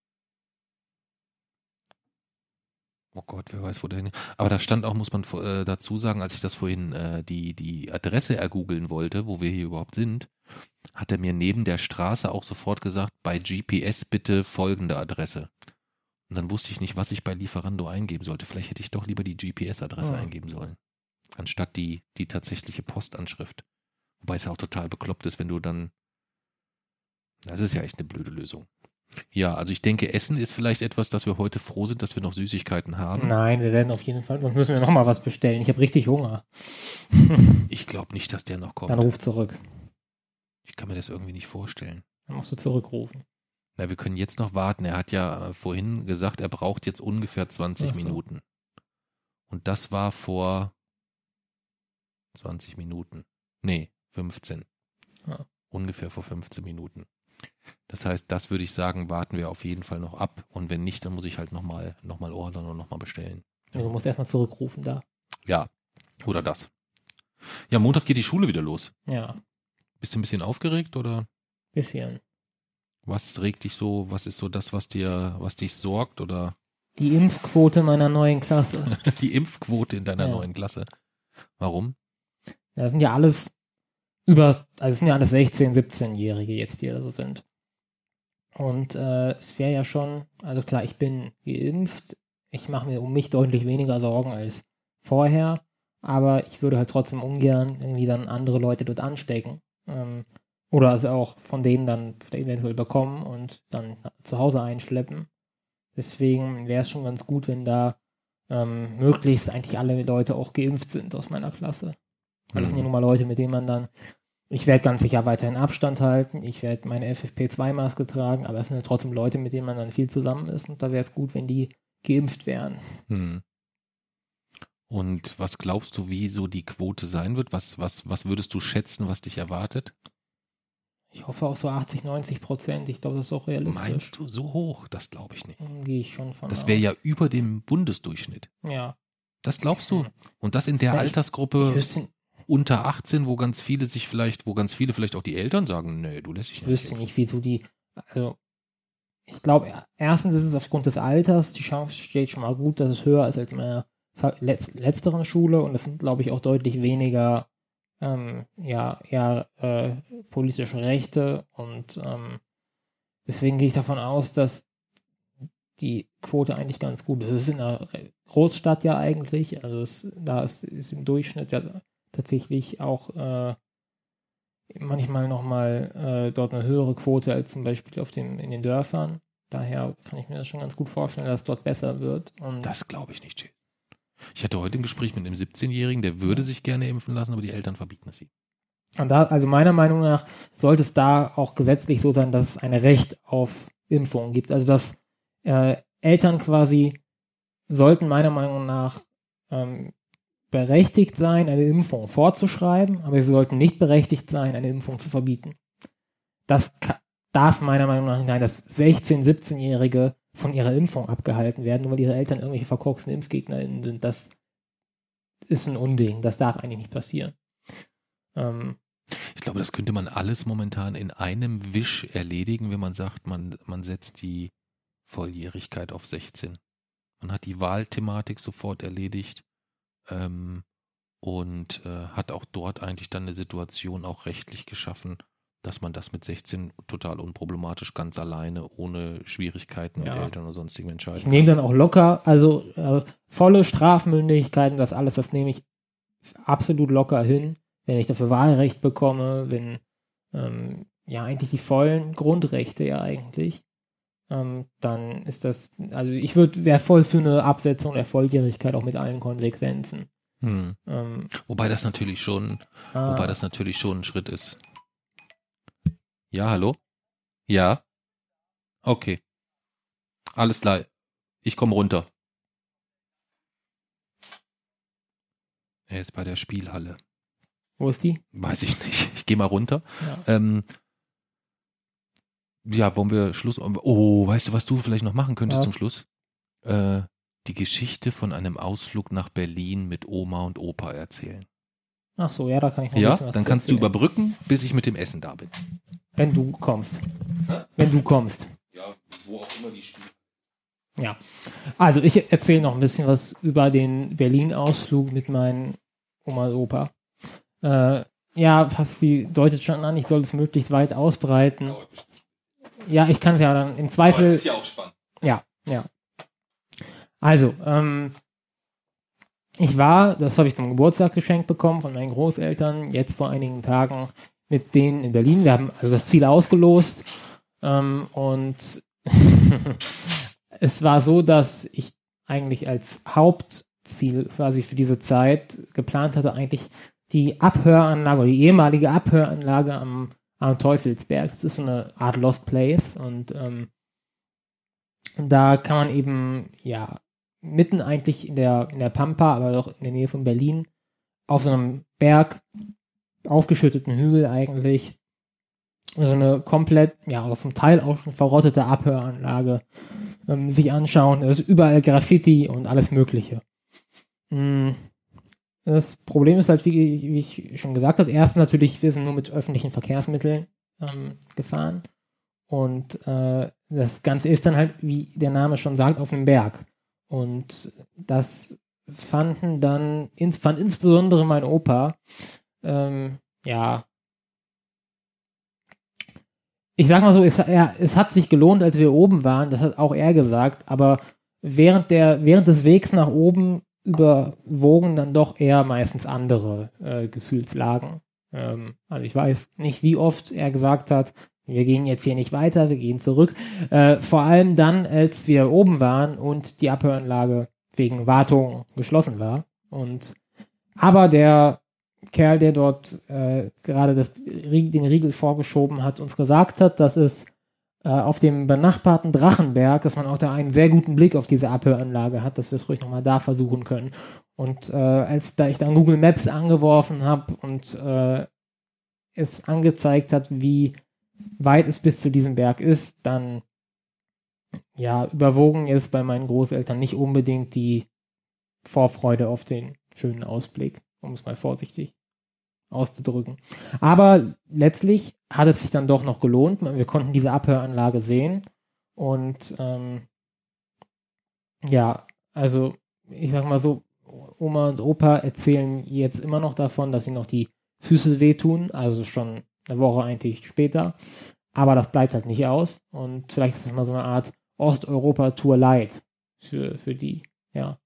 Oh Gott, wer weiß, wo der hin. Aber da stand auch, muss man dazu sagen, als ich das vorhin die Adresse ergoogeln wollte, wo wir hier überhaupt sind, hat er mir neben der Straße auch sofort gesagt, bei GPS bitte folgende Adresse. Und dann wusste ich nicht, was ich bei Lieferando eingeben sollte. Vielleicht hätte ich doch lieber die GPS-Adresse eingeben sollen, anstatt die tatsächliche Postanschrift. Wobei es ja auch total bekloppt ist, wenn du dann. Das ist ja echt eine blöde Lösung. Ja, also ich denke, Essen ist vielleicht etwas, dass wir heute froh sind, dass wir noch Süßigkeiten haben. Nein, wir werden auf jeden Fall, sonst müssen wir nochmal was bestellen. Ich habe richtig Hunger. Ich glaube nicht, dass der noch kommt. Dann ruf zurück. Ich kann mir das irgendwie nicht vorstellen. Dann musst du zurückrufen. Na, wir können jetzt noch warten. Er hat ja vorhin gesagt, er braucht jetzt ungefähr 20 Minuten. Und das war vor 20 Minuten. Nee, 15. Ja. Ungefähr vor 15 Minuten. Das heißt, das würde ich sagen, warten wir auf jeden Fall noch ab. Und wenn nicht, dann muss ich halt nochmal ordern und nochmal bestellen. Ja. Du musst erstmal zurückrufen da. Ja, oder das. Ja, Montag geht die Schule wieder los. Ja. Bist du ein bisschen aufgeregt oder? Bisschen. Was regt dich so? Was ist so das, was dich sorgt oder? Die Impfquote meiner neuen Klasse. Die Impfquote in deiner neuen Klasse. Warum? Das sind ja alles es sind ja alles 16-, 17-Jährige jetzt, die da so sind. Und es wäre ja schon, also klar, ich bin geimpft, ich mache mir um mich deutlich weniger Sorgen als vorher, aber ich würde halt trotzdem ungern irgendwie dann andere Leute dort anstecken. Oder also auch von denen dann eventuell bekommen und dann zu Hause einschleppen. Deswegen wäre es schon ganz gut, wenn da möglichst eigentlich alle Leute auch geimpft sind aus meiner Klasse. Weil das sind ja nun mal Leute, mit denen man dann, ich werde ganz sicher weiterhin Abstand halten, ich werde meine FFP2-Maske tragen, aber es sind ja trotzdem Leute, mit denen man dann viel zusammen ist und da wäre es gut, wenn die geimpft wären. Und was glaubst du, wie so die Quote sein wird? Was würdest du schätzen, was dich erwartet? Ich hoffe auch so 80-90%. Ich glaube, das ist auch realistisch. Meinst du so hoch? Das glaube ich nicht. Gehe ich schon von Das aus. wäre ja über dem Bundesdurchschnitt. Ja. Das glaubst du? Und das in der Altersgruppe unter 18, wo ganz viele vielleicht auch die Eltern sagen, nee, du lässt dich nicht. Ich wüsste nicht, wieso die, also ich glaube, erstens ist es aufgrund des Alters, die Chance steht schon mal gut, dass es höher ist als in einer letzteren Schule und es sind, glaube ich, auch deutlich weniger eher politische Rechte und deswegen gehe ich davon aus, dass die Quote eigentlich ganz gut ist. Es ist in einer Großstadt ja eigentlich, also da ist im Durchschnitt ja tatsächlich auch manchmal nochmal dort eine höhere Quote als zum Beispiel in den Dörfern. Daher kann ich mir das schon ganz gut vorstellen, dass es dort besser wird. Und das glaube ich nicht. Ich hatte heute ein Gespräch mit einem 17-Jährigen, der würde sich gerne impfen lassen, aber die Eltern verbieten es ihm. Und da, also meiner Meinung nach, sollte es da auch gesetzlich so sein, dass es ein Recht auf Impfung gibt. Also dass Eltern quasi sollten meiner Meinung nach berechtigt sein, eine Impfung vorzuschreiben, aber sie sollten nicht berechtigt sein, eine Impfung zu verbieten. Das darf meiner Meinung nach nicht sein, dass 16-, 17-Jährige von ihrer Impfung abgehalten werden, nur weil ihre Eltern irgendwelche verkorksten ImpfgegnerInnen sind. Das ist ein Unding. Das darf eigentlich nicht passieren. Ich glaube, das könnte man alles momentan in einem Wisch erledigen, wenn man sagt, man setzt die Volljährigkeit auf 16. Man hat die Wahlthematik sofort erledigt und hat auch dort eigentlich dann eine Situation auch rechtlich geschaffen, dass man das mit 16 total unproblematisch ganz alleine, ohne Schwierigkeiten mit Eltern oder sonstigen entscheiden kann. Ich nehme dann auch locker, also volle Strafmündigkeiten, das alles, das nehme ich absolut locker hin, wenn ich dafür Wahlrecht bekomme, wenn eigentlich die vollen Grundrechte ja eigentlich, dann ist das, also ich wäre voll für eine Absetzung der Volljährigkeit auch mit allen Konsequenzen. Wobei das natürlich schon ein Schritt ist. Ja, hallo? Ja? Okay. Alles klar. Ich komme runter. Er ist bei der Spielhalle. Wo ist die? Weiß ich nicht. Ich gehe mal runter. Ja. Wollen wir Schluss? Oh, weißt du, was du vielleicht noch machen könntest zum Schluss? Die Geschichte von einem Ausflug nach Berlin mit Oma und Opa erzählen. Ach so, ja, da kann ich noch ein bisschen was dann kannst du überbrücken, bis ich mit dem Essen da bin. Wenn du kommst. Wenn du kommst. Ja, wo auch immer die spielen. Ja, also ich erzähle noch ein bisschen was über den Berlin-Ausflug mit meinen Oma und Opa. Sie deutet schon an, ich soll es möglichst weit ausbreiten. Ja, ich kann es ja dann im Zweifel... Aber es ist ja auch spannend. Ja. Also, das habe ich zum Geburtstag geschenkt bekommen von meinen Großeltern, jetzt vor einigen Tagen mit denen in Berlin. Wir haben also das Ziel ausgelost und es war so, dass ich eigentlich als Hauptziel quasi für diese Zeit geplant hatte, eigentlich die Abhöranlage oder die ehemalige Abhöranlage am Teufelsberg. Das ist so eine Art Lost Place und da kann man eben, mitten eigentlich in der Pampa, aber doch in der Nähe von Berlin, auf so einem Berg, aufgeschütteten Hügel eigentlich, so eine komplett, zum Teil auch schon verrottete Abhöranlage sich anschauen. Es ist überall Graffiti und alles Mögliche. Das Problem ist halt, wie ich schon gesagt habe, erstens natürlich, wir sind nur mit öffentlichen Verkehrsmitteln gefahren und das Ganze ist dann halt, wie der Name schon sagt, auf einem Berg. Und das fand insbesondere mein Opa, ich sag mal so, es hat sich gelohnt, als wir oben waren, das hat auch er gesagt, aber während des Wegs nach oben überwogen dann doch eher meistens andere Gefühlslagen. Also ich weiß nicht, wie oft er gesagt hat, wir gehen jetzt hier nicht weiter, wir gehen zurück. Vor allem dann, als wir oben waren und die Abhöranlage wegen Wartung geschlossen war. Aber der Kerl, der dort gerade den Riegel vorgeschoben hat, uns gesagt hat, dass es auf dem benachbarten Drachenberg, dass man auch da einen sehr guten Blick auf diese Abhöranlage hat, dass wir es ruhig nochmal da versuchen können. Und als ich dann Google Maps angeworfen habe und es angezeigt hat, wie weit es bis zu diesem Berg ist, dann überwogen jetzt bei meinen Großeltern nicht unbedingt die Vorfreude auf den schönen Ausblick, um es mal vorsichtig auszudrücken. Aber letztlich hat es sich dann doch noch gelohnt. Wir konnten diese Abhöranlage sehen Und ja, also ich sag mal so, Oma und Opa erzählen jetzt immer noch davon, dass sie noch die Füße wehtun, also schon eine Woche eigentlich später. Aber das bleibt halt nicht aus. Und vielleicht ist es mal so eine Art Osteuropa-Tour Light für die, ja.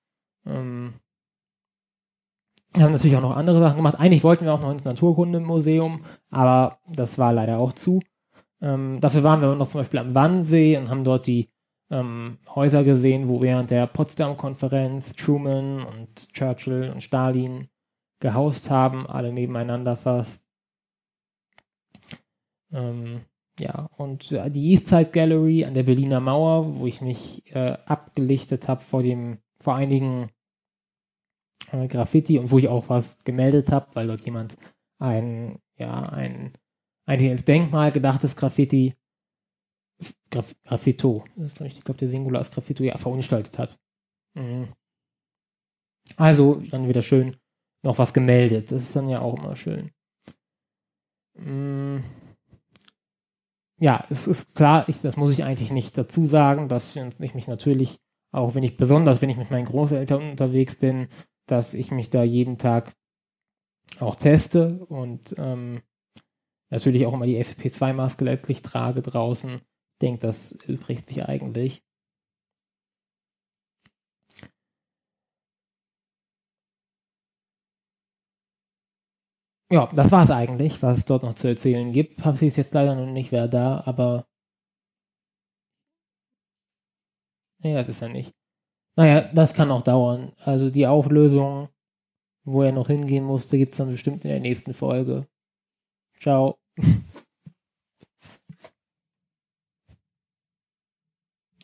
Wir haben natürlich auch noch andere Sachen gemacht. Eigentlich wollten wir auch noch ins Naturkundemuseum, aber das war leider auch zu. Dafür waren wir noch zum Beispiel am Wannsee und haben dort die Häuser gesehen, wo während der Potsdam-Konferenz Truman und Churchill und Stalin gehaust haben, alle nebeneinander fast. Ja, und die Eastside Gallery an der Berliner Mauer, wo ich mich abgelichtet habe vor einigen Graffiti und wo ich auch was gemeldet habe, weil dort jemand ein eigentlich ins Denkmal gedachtes Graffiti Graffito, ich glaube der Singular ist Graffito, ja, verunstaltet hat. Also dann wieder schön noch was gemeldet. Das ist dann ja auch immer schön. Ja, es ist klar, das muss ich eigentlich nicht dazu sagen, dass ich mich natürlich, auch wenn ich mit meinen Großeltern unterwegs bin, dass ich mich da jeden Tag auch teste und natürlich auch immer die FFP2-Maske letztlich trage draußen. Ich denke, das übrigt sich eigentlich. Ja, das war es eigentlich, was es dort noch zu erzählen gibt. Habe ich jetzt leider noch nicht wer da, aber ja, das ist ja nicht. Naja, das kann auch dauern. Also die Auflösung, wo er noch hingehen musste, gibt es dann bestimmt in der nächsten Folge. Ciao.